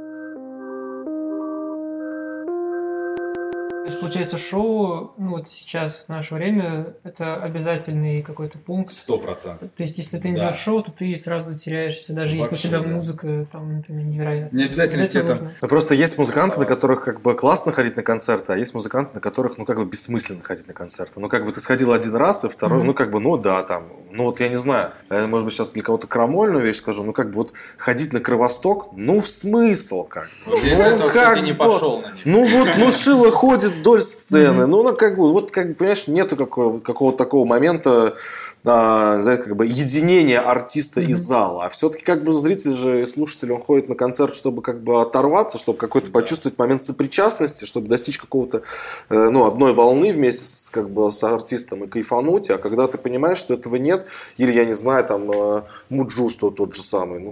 То есть, получается, шоу, вот сейчас, в наше время, это обязательный какой-то пункт. 100%. То есть, если ты не делаешь шоу, то ты сразу теряешься, даже вообще, если у тебя музыка, там, например, невероятная. Не обязательно тебе там... Ну, просто есть музыканты, на которых как бы классно ходить на концерты, а есть музыканты, на которых, как бы бессмысленно ходить на концерты. Ну, как бы ты сходил один раз, и второй, вот я не знаю, я, может быть, сейчас для кого-то крамольную вещь скажу, как бы вот ходить на Кровосток, в смысл как? Вот я из-за этого, кстати, не пошел на них. Шило ходит вдоль сцены, понимаешь, нету какого-то такого момента, единения артиста и зала. А все-таки зритель же, слушатель, он ходит на концерт, чтобы оторваться, чтобы какой-то почувствовать момент сопричастности, чтобы достичь какого-то одной волны вместе с артистом и кайфануть. А когда ты понимаешь, что этого нет, или я не знаю, там Муджус тот же самый,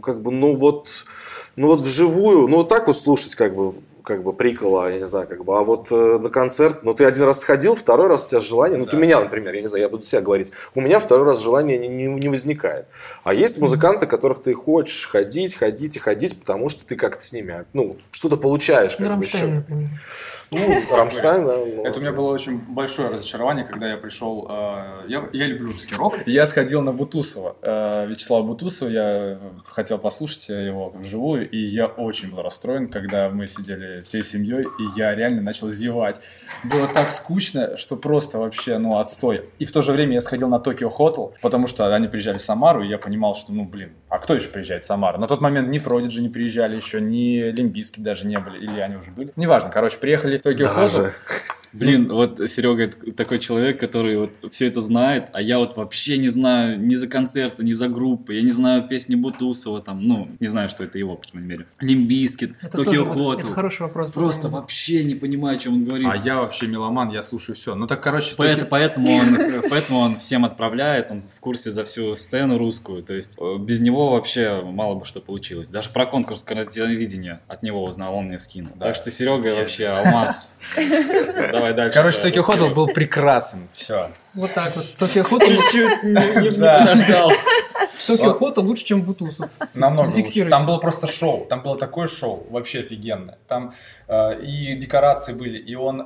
вживую, вот так вот слушать прикола, я не знаю, а вот на концерт, ты один раз сходил, второй раз у тебя желание, у меня, например, я не знаю, я буду себя говорить, у меня второй раз желания не возникает. А есть музыканты, которых ты хочешь ходить, потому что ты как-то с ними, что-то получаешь. Рамштайн, например. Рамштайн, да. Это у меня было очень большое разочарование, когда я пришел. Я люблю русский рок. Я сходил на Бутусова, Вячеслава Бутусова. Я хотел послушать его вживую, и я очень был расстроен, когда мы сидели всей семьей, и я реально начал зевать. Было так скучно, что просто вообще, отстой. И в то же время я сходил на Tokyo Hotel, потому что они приезжали в Самару, и я понимал, что, а кто еще приезжает в Самару? На тот момент ни Prodigy не приезжали еще, ни Limp Bizkit даже не были, или они уже были. Неважно, приехали в Tokyo Hotel. Блин, вот Серега такой человек, который все это знает, а я вообще не знаю ни за концерты, ни за группы, я не знаю песни Бутусова, не знаю, что это его, по крайней мере. Limp Bizkit, Tokyo Hotel. Это хороший вопрос. Просто вообще не понимаю, о чем он говорит. А я вообще меломан, я слушаю все. Поэтому он всем отправляет, он в курсе за всю сцену русскую, то есть без него вообще мало бы что получилось. Даже про конкурс телевидения от него узнал, он мне скинул. Да. Так что Серега вообще алмаз. Давай дальше. Tokyo Hotel был прекрасен. Все. Вот так вот. Tokyo Hotel чуть-чуть не подождал. Токио Хота лучше, чем Бутусов. Намного лучше. Зафиксируйте. Там было просто шоу. Там было такое шоу, вообще офигенное. Там и декорации были, и он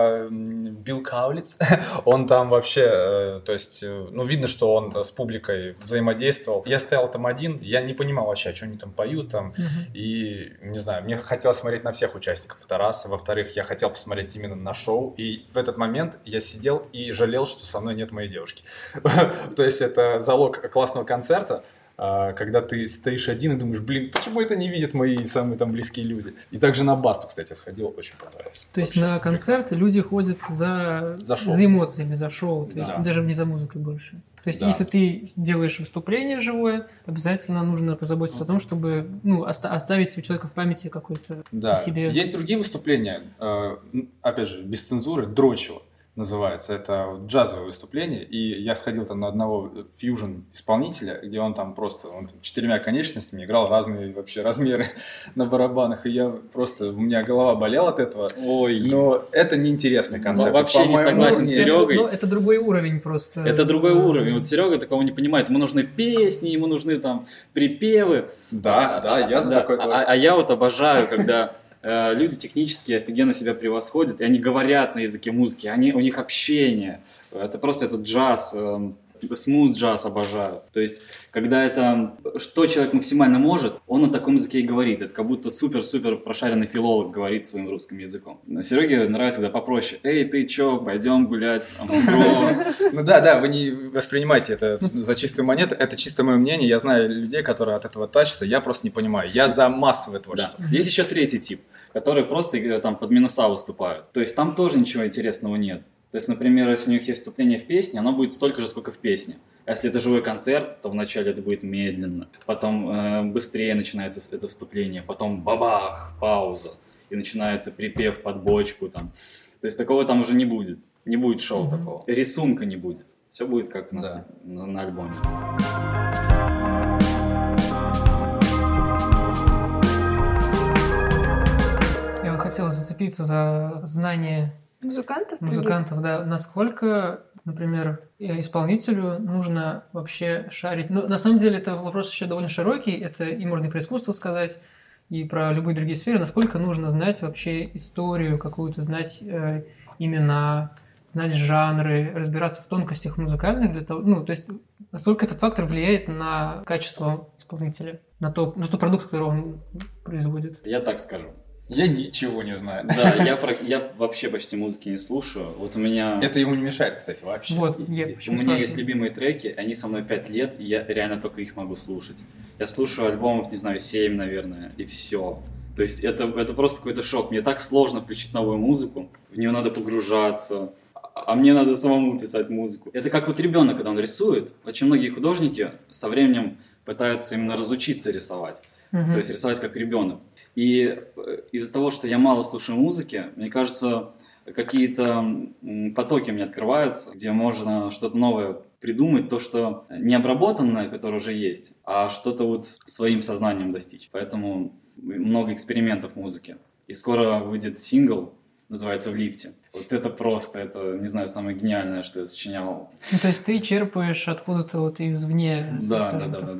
Билл Каулиц, он там вообще, то есть, ну, видно, что он с публикой взаимодействовал. Я стоял там один, я не понимал вообще, что они там поют там, и, не знаю, мне хотелось смотреть на всех участников. Это раз. Во-вторых, я хотел посмотреть именно на шоу, и в этот момент я сидел и жалел, что со мной нет моей девушки. То есть это залог классного концерта, когда ты стоишь один и думаешь, блин, почему это не видят мои самые там близкие люди. И также на Басту, кстати, я сходил, очень понравилось. То есть вообще на концерты люди ходят за эмоциями, за шоу, то есть даже не за музыкой больше. То есть если ты делаешь выступление живое, обязательно нужно позаботиться о том, чтобы оставить у человека в памяти какой-то себе. Есть другие выступления, опять же, без цензуры, дрочево называется. Это джазовое выступление, и я сходил там на одного фьюжн-исполнителя, где он там просто 4 конечностями играл разные вообще размеры на барабанах, и я просто, у меня голова болела от этого. Ой. Но это неинтересный концерт. Вообще не согласен с Серегой. Ну, это другой уровень просто. Это другой уровень. Вот Серега такого не понимает. Ему нужны песни, ему нужны там припевы. Да, я за такое тоже. А я вот обожаю, когда люди технически офигенно себя превосходят, и они говорят на языке музыки, у них общение. Это просто этот джаз, смуз-джаз обожаю. То есть, когда это, что человек максимально может, он на таком языке и говорит. Это как будто супер-супер прошаренный филолог говорит своим русским языком. Сереге нравится, когда попроще. Эй, ты чё, пойдем гулять? Ну да, вы не воспринимайте это за чистую монету. Это чисто мое мнение. Я знаю людей, которые от этого тащатся. Я просто не понимаю. Я за массовое творчество. Есть еще третий тип, которые просто там под минуса выступают. То есть, там тоже ничего интересного нет. То есть, например, если у них есть вступление в песне, оно будет столько же, сколько в песне. А если это живой концерт, то вначале это будет медленно, потом быстрее начинается это вступление, потом бабах, пауза, и начинается припев под бочку. Там. То есть такого там уже не будет. Не будет шоу такого. Рисунка не будет. Все будет как на альбоме. Я хотел зацепиться за знание музыкантов, да. Насколько, например, исполнителю нужно вообще шарить. Но на самом деле это вопрос еще довольно широкий. Это и можно и про искусство сказать, и про любые другие сферы. Насколько нужно знать вообще историю какую-то, знать имена, знать жанры, разбираться в тонкостях музыкальных для того, то есть насколько этот фактор влияет на качество исполнителя, на тот продукт, который он производит. Я так скажу. Я ничего не знаю. Да, я вообще почти музыки не слушаю. Вот у меня... Это ему не мешает, кстати, вообще. Вот, у меня есть любимые треки, они со мной 5 лет, и я реально только их могу слушать. Я слушаю альбомов, не знаю, 7, наверное, и все. То есть это просто какой-то шок. Мне так сложно включить новую музыку, в нее надо погружаться, а мне надо самому писать музыку. Это как вот ребенок, когда он рисует. Очень многие художники со временем пытаются именно разучиться рисовать. То есть рисовать как ребенок. И из-за того, что я мало слушаю музыки, мне кажется, какие-то потоки у меня открываются, где можно что-то новое придумать, то, что не обработанное, которое уже есть, а что-то вот своим сознанием достичь. Поэтому много экспериментов в музыке. И скоро выйдет сингл, называется «В лифте». Вот это просто, это, не знаю, самое гениальное, что я сочинял. То есть ты черпаешь откуда-то вот извне. Да.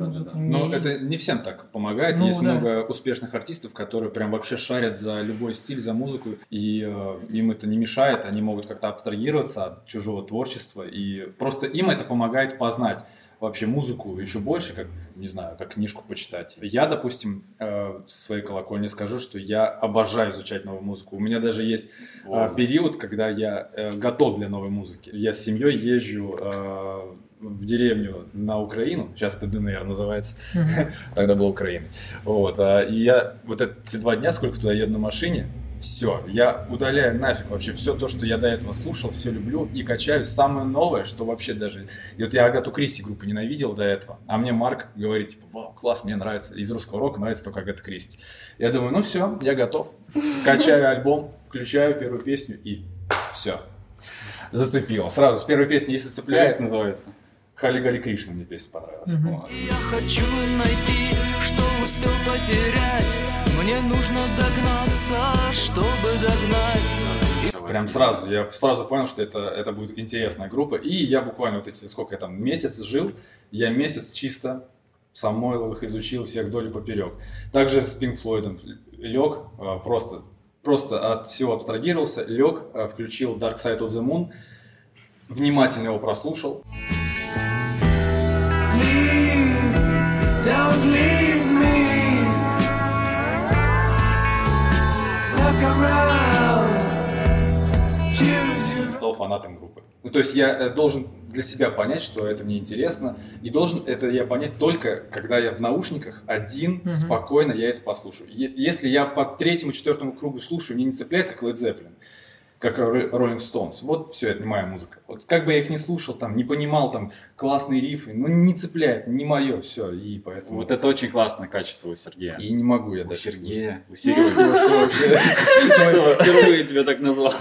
Но это не всем так помогает. Есть много успешных артистов, которые прям вообще шарят за любой стиль, за музыку, и им это не мешает, они могут как-то абстрагироваться от чужого творчества, и просто им это помогает познать вообще музыку еще больше, как, не знаю, как книжку почитать. Я, допустим, со своей колокольни скажу, что я обожаю изучать новую музыку. У меня даже есть период, когда я готов для новой музыки. Я с семьей езжу в деревню на Украину, сейчас это ДНР называется, тогда была Украина. Вот, и я вот эти 2 дня, сколько туда еду на машине, все, я удаляю нафиг вообще все то, что я до этого слушал, все люблю и качаю самое новое, что вообще даже... И вот я Агату Кристи группу ненавидел до этого, а мне Марк говорит, типа, вау, класс, мне нравится, из русского рока нравится только Агата Кристи. Я думаю, ну все, я готов. Качаю альбом, включаю первую песню и все. Зацепило. Сразу с первой песни, если цепляет... Как называется? Хари Гари Кришна мне песня понравилась. Я хочу найти, что успел потерять. Мне нужно догнаться, чтобы догнать. Прям сразу, я сразу понял, что это будет интересная группа. И я буквально вот эти, сколько я там, месяц жил, я месяц чисто Самойловых изучил всех вдоль и поперек. Также с Pink Floyd лег, просто от всего абстрагировался, лег, включил Dark Side of the Moon, внимательно его прослушал. Don't leave me. Look around. Choose you. Стал фанатом группы. Ну, то есть я должен для себя понять, что это мне интересно, и должен это я понять только, когда я в наушниках один, спокойно я это послушаю. Если я по 3-4 кругу слушаю, мне не цепляет, как Led Zeppelin, как Rolling Stones. Вот все, это не моя музыка. Вот как бы я их не слушал, там, не понимал, там, классные рифы, ну, не цепляет, не мое, все, и поэтому... Вот это очень классное качество у Сергея. И не могу я У дальше Сергея. У слушать. Сереги. Что вообще? Впервые тебя так назвал.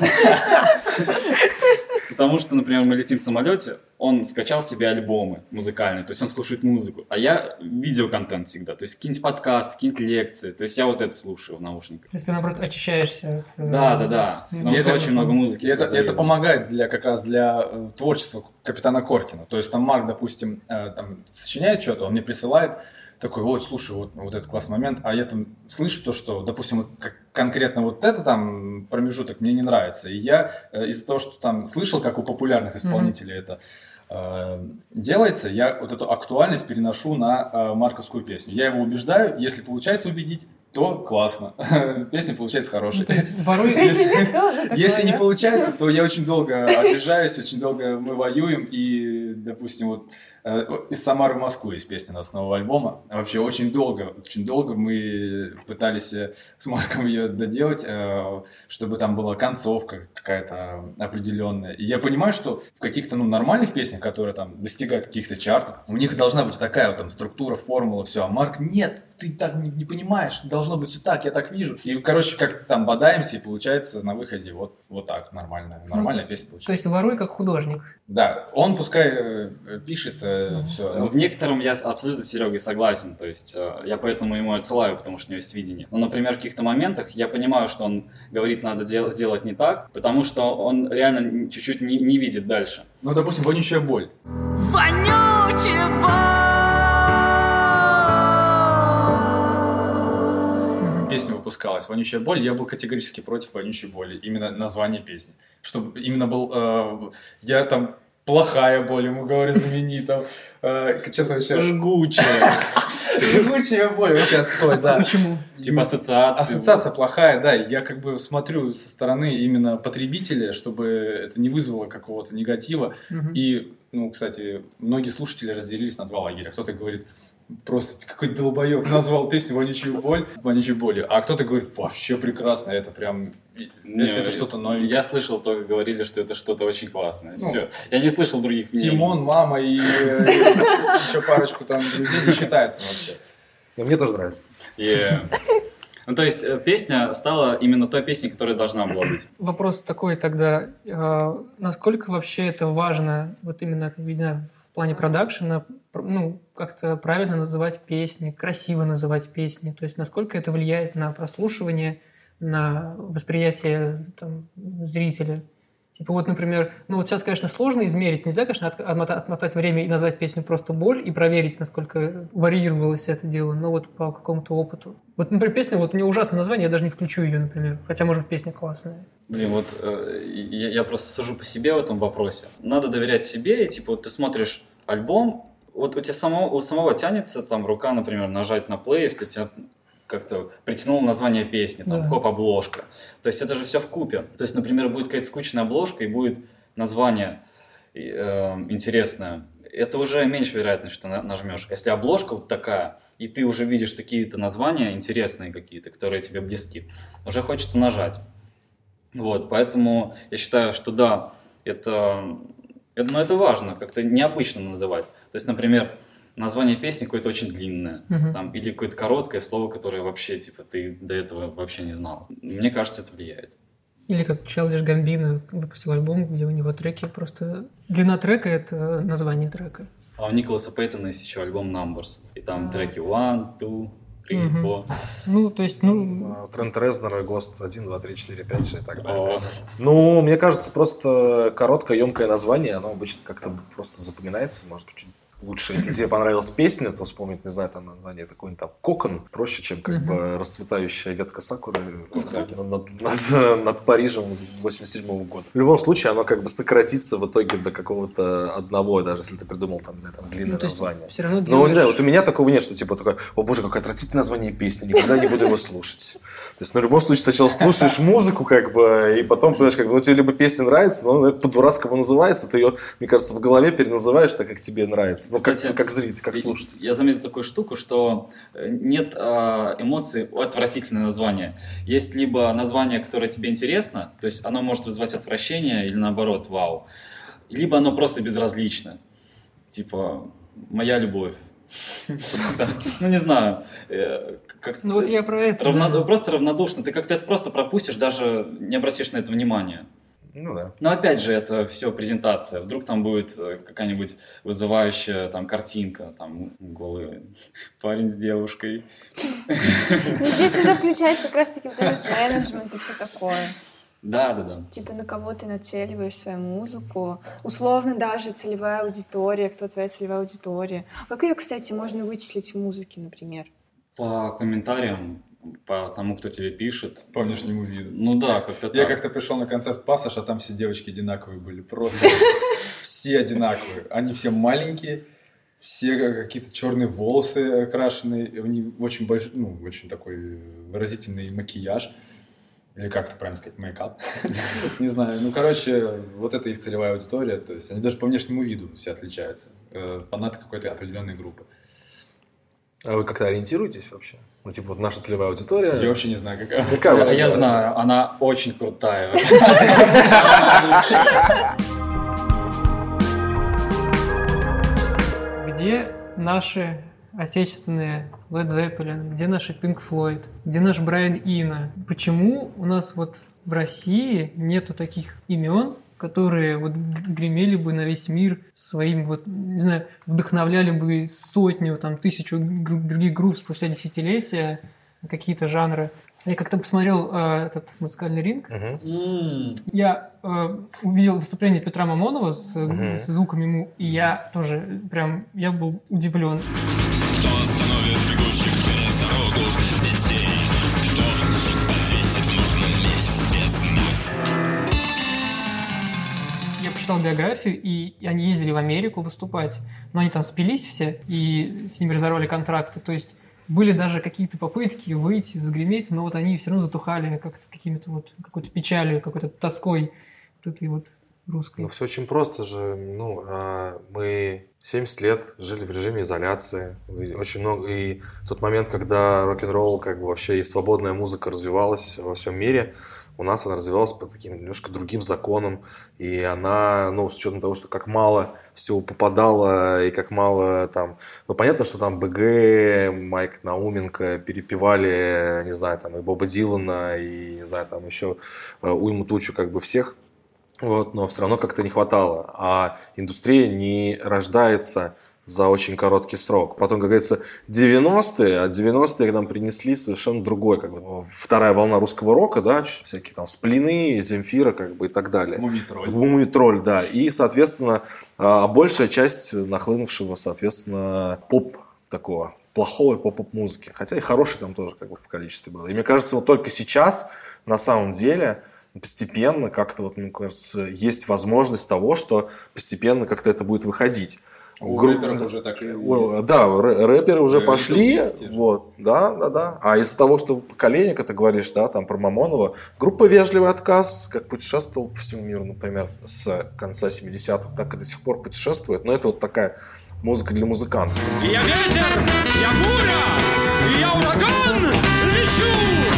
Потому что, например, мы летим в самолете, он скачал себе альбомы музыкальные, то есть он слушает музыку, а я видеоконтент всегда, то есть какие-нибудь подкасты, какие-нибудь лекции, то есть я вот это слушаю в наушниках. То есть ты, наоборот, очищаешься от... Да. Потому что очень много музыки. Это помогает как раз для творчества Капитана Коркина. То есть там Марк, допустим, там сочиняет что-то, он мне присылает, такой, вот, слушай, вот этот классный момент, а я там слышу то, что, допустим, конкретно вот это там промежуток мне не нравится. И я из-за того, что там слышал, как у популярных исполнителей это делается, я вот эту актуальность переношу на марковскую песню. Я его убеждаю, если получается убедить, то классно. Песня получается хорошая. Если не получается, то я очень долго обижаюсь, очень долго мы воюем. И, допустим, вот из Самары в Москву есть песня у нас нового альбома. Вообще очень долго мы пытались с Марком ее доделать, чтобы там была концовка какая-то определенная. И я понимаю, что в каких-то нормальных песнях, которые там достигают каких-то чартов, у них должна быть такая вот там структура, формула, все. А Марк, нет, ты так не понимаешь, должно быть все так, я так вижу. И, короче, как-то там бодаемся, и получается на выходе вот так, нормальная песня получается. То есть воруй как художник. Да, он пускай пишет все. В некотором я абсолютно с Серегой согласен, то есть я поэтому ему отсылаю, потому что у него есть видение. Но, например, в каких-то моментах я понимаю, что он говорит, надо сделать не так, потому что он реально чуть-чуть не видит дальше. Ну, допустим, «Вонючая боль». Вонючая боль. Песня выпускалась «Вонючая боль», я был категорически против «Вонючей боли», именно название песни. Чтобы именно был... я там... Плохая боль, ему говорю, замени там. Что-то вообще... Жгучая. Жгучая боль, вообще отстой, да. Почему? Типа ассоциация. Ассоциация плохая, да. Я как бы смотрю со стороны именно потребителя, чтобы это не вызвало какого-то негатива. И, кстати, многие слушатели разделились на два лагеря. Кто-то говорит, просто какой-то долбоёб назвал песню «Вонючую боль», «Вонючей болью», а кто-то говорит, вообще прекрасно, это прям, это что-то новенькое. Я слышал, только говорили, что это что-то очень классное. Все. Я не слышал других мнений. Тимон, мама и еще парочку там друзей не считается вообще. И мне тоже нравится. Ну, то есть песня стала именно той песней, которая должна была быть. Вопрос такой тогда, насколько вообще это важно, вот именно, не знаю, в плане продакшена, как-то правильно называть песни, красиво называть песни, то есть насколько это влияет на прослушивание, на восприятие там, зрителя. Типа вот, например, сейчас, конечно, сложно измерить, нельзя, конечно, отмотать время и назвать песню просто «Боль» и проверить, насколько варьировалось это дело, но вот по какому-то опыту. Вот, например, песня, вот у нее ужасное название, я даже не включу ее, например, хотя, может, песня классная. Блин, вот я просто сужу по себе в этом вопросе. Надо доверять себе, и типа вот ты смотришь альбом, вот у тебя у самого тянется там рука, например, нажать на плей, если тебя как-то притянуло название песни, там, хоп-обложка. То есть это же все вкупе. То есть, например, будет какая-то скучная обложка и будет название интересное. Это уже меньше вероятность, что нажмешь. Если обложка вот такая, и ты уже видишь такие-то названия интересные какие-то, которые тебе близки, уже хочется нажать. Вот, поэтому я считаю, что да, это важно, как-то необычно называть. То есть, например, название песни какое-то очень длинное, там, или какое-то короткое слово, которое вообще, типа, ты до этого вообще не знал. Мне кажется, это влияет. Или как Childish Gambino выпустил альбом, где у него треки просто... Длина трека — это название трека. А у Николаса Пейтона есть еще альбом Numbers, и там треки 1, 2, 3, 4. То есть, Трент Резнор, ГОСТ 1, 2, 3, 4, 5, 6 и так далее. Мне кажется, просто короткое, емкое название, оно обычно как-то просто запоминается, может, чуть лучше, если тебе понравилась песня, то вспомнить, не знаю, там название какой-нибудь там «Кокон» проще, чем как бы расцветающая ветка сакуры над Парижем 87 года. В любом случае, оно как бы сократится в итоге до какого-то одного, даже если ты придумал там, не знаю, там длинное название. Все равно Но делаешь... да, вот у меня такого нет, что типа такое, о боже, какое отвратительное название песни, никогда не буду его слушать. То есть, в любом случае, сначала слушаешь музыку, как бы, и потом, понимаешь, как бы, тебе либо песня нравится, но это по-дурацкому называется, ты ее, мне кажется, в голове переназываешь так, как тебе нравится. Ну, Кстати, как зритель, как слушатель. Я заметил такую штуку, что нет эмоций у отвратительного названия. Есть либо название, которое тебе интересно, то есть оно может вызвать отвращение или наоборот, вау. Либо оно просто безразлично. Типа «Моя любовь». Ну, не знаю. Ну, вот я про это. Просто равнодушно. Ты как-то это просто пропустишь, даже не обратишь на это внимания. Ну да. Но опять же, это все презентация. Вдруг там будет какая-нибудь вызывающая там картинка, там голый парень с девушкой. Ну, здесь уже включается как раз-таки вот этот менеджмент и все такое. Да. Типа на кого ты нацеливаешь свою музыку. Условно даже целевая аудитория, кто твоя целевая аудитория. Как ее, кстати, можно вычислить в музыке, например? По комментариям, по тому, кто тебе пишет. По внешнему виду. Ну да, как-то так. Я как-то пришел на концерт Пассаж, а там все девочки одинаковые были. Просто все одинаковые. Они все маленькие, все какие-то черные волосы окрашенные, у них очень большой, ну, очень такой выразительный макияж. Или как это правильно сказать, мейкап. Не знаю. Ну, короче, вот это их целевая аудитория. То есть они даже по внешнему виду все отличаются. Фанаты какой-то определенной группы. А вы как-то ориентируетесь вообще? Ну, типа, вот наша целевая аудитория. Я вообще не знаю, какая. Я знаю, она очень крутая. Где наши отечественные Led Zeppelin, где наши Pink Floyd, где наш Брайан Ино? Почему у нас вот в России нету таких имен, которые вот гремели бы на весь мир своим, вот, не знаю, вдохновляли бы сотню, там, тысячу других групп спустя десятилетия на какие-то жанры? Я как-то посмотрел этот музыкальный ринг. Я увидел выступление Петра Мамонова с звуком ему, и я тоже прям, я был удивлен. Кто остановит бегущих через дорогу детей? Кто повесит в нужном месте знак? Я почитал биографию, и они ездили в Америку выступать, но они там спились все, и с ними разорвали контракты, то есть были даже какие-то попытки выйти, загреметь, но вот они все равно затухали как-то какими-то вот какой-то печалью, какой-то тоской вот этой вот русской. Ну, все очень просто же. Ну, мы 70 лет жили в режиме изоляции. Очень много. И тот момент, когда рок-н-ролл, как бы вообще и свободная музыка развивалась во всем мире, у нас она развивалась по таким немножко другим законам. И она, ну, с учетом того, что как мало всего попадало и как мало там... Ну, понятно, что там БГ, Майк Науменко перепевали, не знаю, там и Боба Дилана, и, не знаю, там еще уйму тучу как бы всех. Вот, но все равно как-то не хватало. А индустрия не рождается за очень короткий срок. Потом, как говорится, 90-е, а 90-е к нам принесли совершенно другой, как бы, вторая волна русского рока, да, всякие там Сплины, Земфира, как бы, и так далее. Мумий-тролль, да. И, соответственно, большая часть нахлынувшего, соответственно, поп такого, плохой поп-музыки. Хотя и хорошей там тоже, как бы, в количестве было. И мне кажется, вот только сейчас, на самом деле, постепенно как-то, вот, мне кажется, есть возможность того, что постепенно как-то это будет выходить. У рэперов уже так и есть. Да, рэперы уже пошли. Вот, да. А из-за того, что поколение, как ты говоришь, да, там про Мамонова, группа «Вежливый отказ», как путешествовал по всему миру, например, с конца 70-х, так и до сих пор путешествует. Но это вот такая музыка для музыкантов. Я ветер, я буря, я ураган, лечу!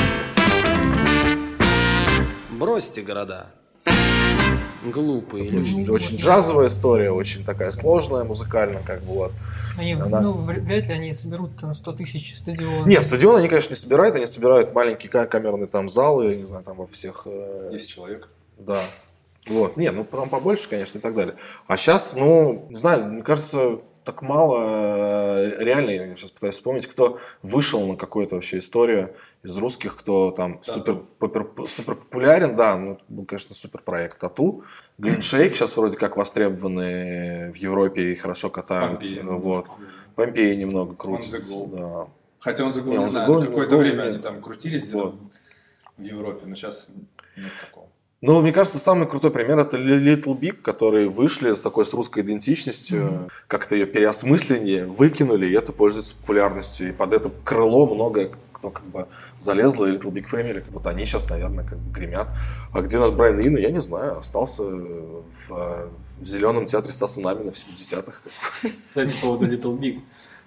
Бросьте города. Глупые люди. Очень джазовая история, очень такая сложная музыкально, как бы вот. Они, вряд ли они соберут там 100 тысяч стадионов. Нет, стадион они, конечно, не собирают, они собирают маленькие камерные там залы, не знаю, там во всех... 10 человек. Да. Вот, не, ну там побольше, конечно, и так далее. А сейчас, ну, не знаю, мне кажется, так мало, реально, я сейчас пытаюсь вспомнить, кто вышел на какую-то вообще историю из русских, кто там супер популярен, да, ну, был, конечно, супер проект «Тату», Green Shake сейчас вроде как востребованы в Европе и хорошо катают. Вот. Помпеи немного крутится. Да. Хотя он The Go, не знаю, какое-то время они там крутились в Европе, но сейчас нет такого. Ну, мне кажется, самый крутой пример это Little Big, которые вышли с русской идентичностью, как-то ее переосмысление, выкинули, и это пользуется популярностью. И под это крыло много кто как бы залезло, и Little Big Family. Вот они сейчас, наверное, как бы гремят. А где наш Брайан Ино, я не знаю, остался в Зеленом театре Стаса Намина в 70-х. Кстати, по поводу Little Big.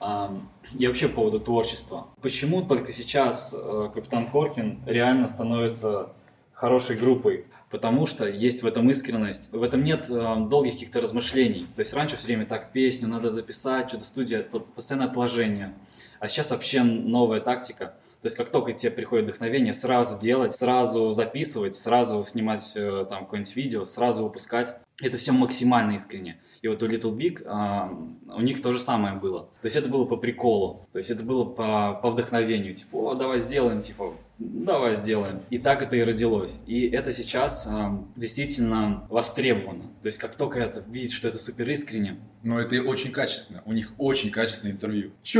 И вообще по поводу творчества. Почему только сейчас Капитан Коркин реально становится хорошей группой? Потому что есть в этом искренность, в этом нет долгих каких-то размышлений. То есть раньше все время так, песню надо записать, что-то студия, постоянное отложение. А сейчас вообще новая тактика. То есть как только тебе приходит вдохновение, сразу делать, сразу записывать, сразу снимать там какое-нибудь видео, сразу выпускать. Это все максимально искренне. И вот у Little Big у них то же самое было. То есть это было по приколу. То есть это было по вдохновению. Типа, давай сделаем, давай сделаем. И так это и родилось. И это сейчас действительно востребовано. То есть как только это видишь, что это супер искренне. Но это очень качественно. У них очень качественное интервью. Чё?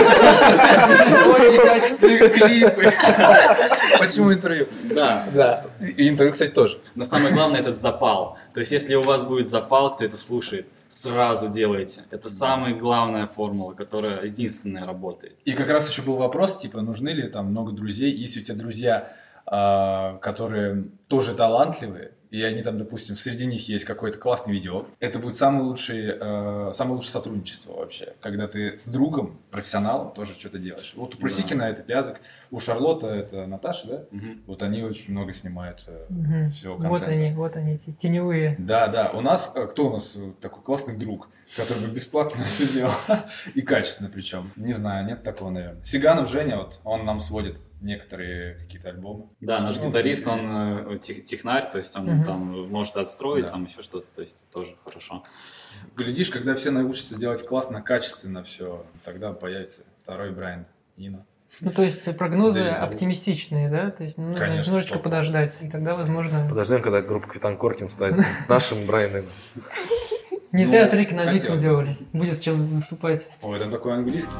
Очень качественные клипы. Почему интервью? Да. И интервью, кстати, тоже. Но самое главное этот запал. То есть если у вас будет запал, кто это слушает, сразу делайте. Это самая главная формула, которая единственная работает. И как раз еще был вопрос, нужны ли там много друзей, если у тебя друзья, которые тоже талантливые, и они там, допустим, среди них есть какой-то классный видео, это будет самое лучшее сотрудничество вообще, когда ты с другом, профессионалом тоже что-то делаешь. Вот у Прусикина это Пязок, у Шарлотта это Наташа, да? Вот они очень много снимают всего контента. Вот они, эти теневые. Да. Кто у нас такой классный друг, который бы бесплатно все делал, и качественно причем? Не знаю, нет такого, наверное. Сиганов Женя, он нам сводит некоторые какие-то альбомы. Да, наш гитарист, он технарь, то есть он там может отстроить, там еще что-то, то есть тоже хорошо. Глядишь, когда все научатся делать классно, качественно все, тогда появится второй Брайан Ино. Ну, то есть прогнозы оптимистичные, да? То есть нужно немножечко подождать, и тогда, возможно... Подождем, когда группа Капитан Коркин станет нашим Брайаном. Не зря треки на английском делали. Будет с чем выступать. Ой, там такой английский.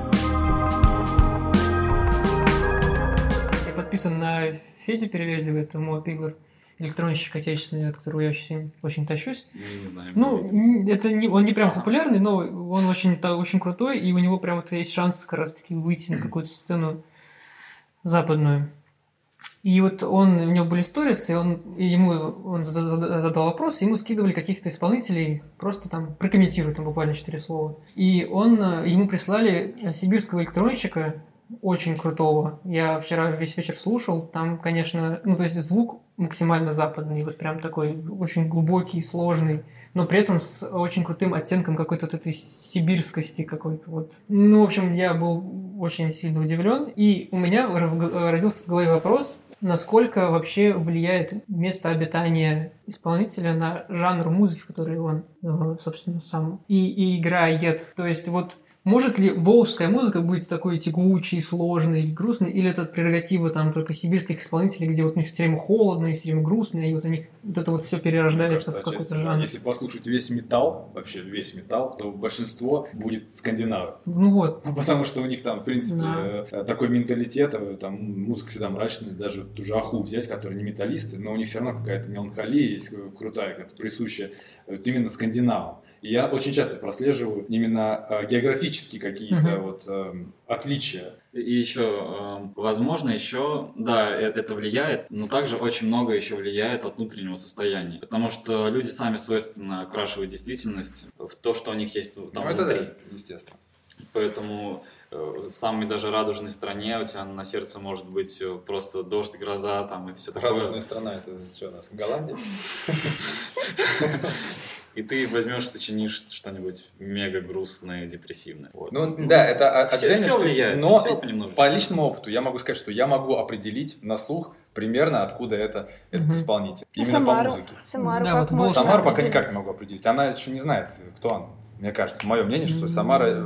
Я подписан на Федю Переверзева, это мой пиглер, электронщик отечественный, от которого я очень тащусь. Не знаю. Он не прям популярный, но он очень крутой, и у него прям есть шанс как раз-таки выйти на какую-то сцену западную. И вот у него были сторис, и он задал вопрос, и ему скидывали каких-то исполнителей, просто там прокомментируют там буквально 4 слова. И ему прислали сибирского электронщика, очень крутого. Я вчера весь вечер слушал, там, конечно, то есть звук максимально западный, вот прям такой очень глубокий, сложный, но при этом с очень крутым оттенком какой-то вот этой сибирскости какой-то вот. В общем, я был очень сильно удивлен, и у меня родился в голове вопрос, насколько вообще влияет место обитания исполнителя на жанр музыки, в которой он, собственно, сам и играет. То есть вот может ли волжская музыка быть такой тягучей, сложной, грустной, или это прерогатива там только сибирских исполнителей, где вот у них все время холодно, и все время грустно, и вот у них вот это вот все перерождается в какой-то жанр? Если послушать весь металл, то большинство будет скандинавы. Потому что у них там, в принципе, такой менталитет, там музыка всегда мрачная, даже ту же Аху взять, которые не металлисты, но у них все равно какая-то меланхолия есть крутая, какая-то присущая вот именно скандинавам. И я очень часто прослеживаю именно географические какие-то отличия. И еще, возможно, это влияет, но также очень много еще влияет от внутреннего состояния. Потому что люди сами свойственно окрашивают действительность в то, что у них есть там внутри. Да, естественно. Поэтому в самой даже радужной стране у тебя на сердце может быть просто дождь, гроза там и все такое. Радужная страна, это что у нас, Голландия? И ты возьмешь, сочинишь что-нибудь мега грустное, депрессивное. Это отдельно. Все влияет, но все понемножку. По личному опыту я могу сказать, что я могу определить на слух примерно, откуда этот исполнитель. Именно по музыке. Самару Пока никак не могу определить. Она еще не знает, кто он. Мне кажется, мое мнение, что Самара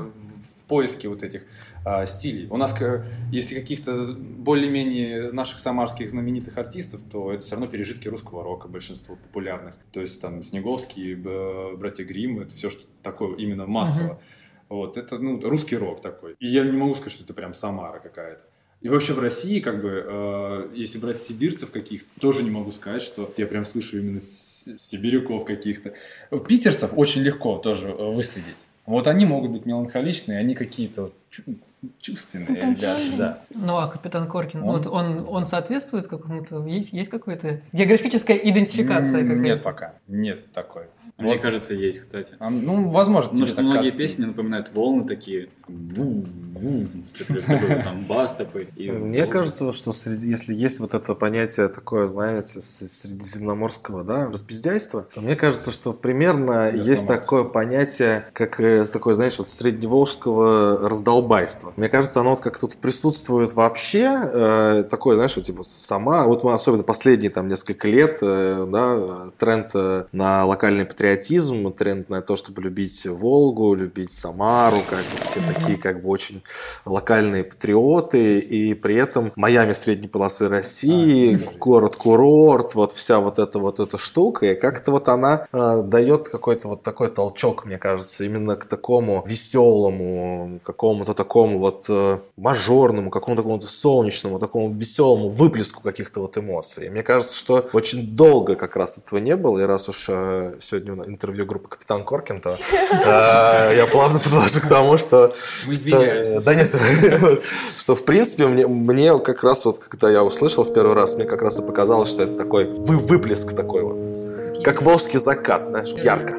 в поиске вот этих стилей. У нас, если каких-то более-менее наших самарских знаменитых артистов, то это все равно пережитки русского рока, большинство популярных. То есть там Снеговский, братья Гримм, это все, что такое именно массово. Вот, это русский рок такой. И я не могу сказать, что это прям Самара какая-то. И вообще в России, если брать сибирцев каких-то, тоже не могу сказать, что я прям слышу именно сибиряков каких-то. Питерцев очень легко тоже выследить. Вот они могут быть меланхоличные, они какие-то чувственные ребята, да. Ну, а капитан Коркин, он соответствует какому-то, есть какая-то географическая идентификация какая-то? Нет пока, нет такой. Мне кажется, есть, кстати. Возможно, потому что многие песни напоминают волны такие, что-то такое, там бас такой. Мне кажется, что если есть вот это понятие такое, знаете, средиземноморского, да, распиздяйства, то мне кажется, что примерно есть такое понятие, как такое, знаешь, вот средневолжского раздолбайства. Мне кажется, оно вот как тут присутствует вообще, такое, знаешь, вот типа сама, вот мы особенно последние там несколько лет, да, тренд на локальный патриотизм, тренд на то, чтобы любить Волгу, любить Самару, как бы все такие как бы очень локальные патриоты, и при этом Майами средней полосы России, город-курорт, вот вся вот эта штука, и как-то вот она дает какой-то вот такой толчок, мне кажется, именно к такому веселому, какому-то такому вот мажорному, какому-то такому солнечному, такому веселому выплеску каких-то вот эмоций. И мне кажется, что очень долго как раз этого не было, и раз уж сегодня интервью группы «Капитан Коркин», то я плавно подвожу к тому, что... Мы извиняемся. Да нет, что в принципе мне как раз вот, когда я услышал в первый раз, мне как раз и показалось, что это такой выплеск такой вот, как волжский закат, знаешь, ярко.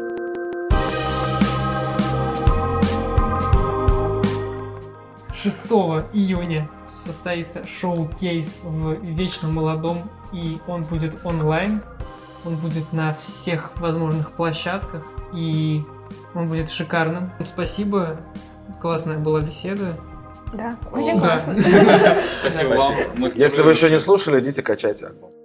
июня состоится шоу-кейс в Вечном Молодом, и он будет онлайн, он будет на всех возможных площадках, и он будет шикарным. Спасибо, классная была беседа. Да, очень классно. Спасибо вам. Если вы еще не слушали, идите качайте альбом.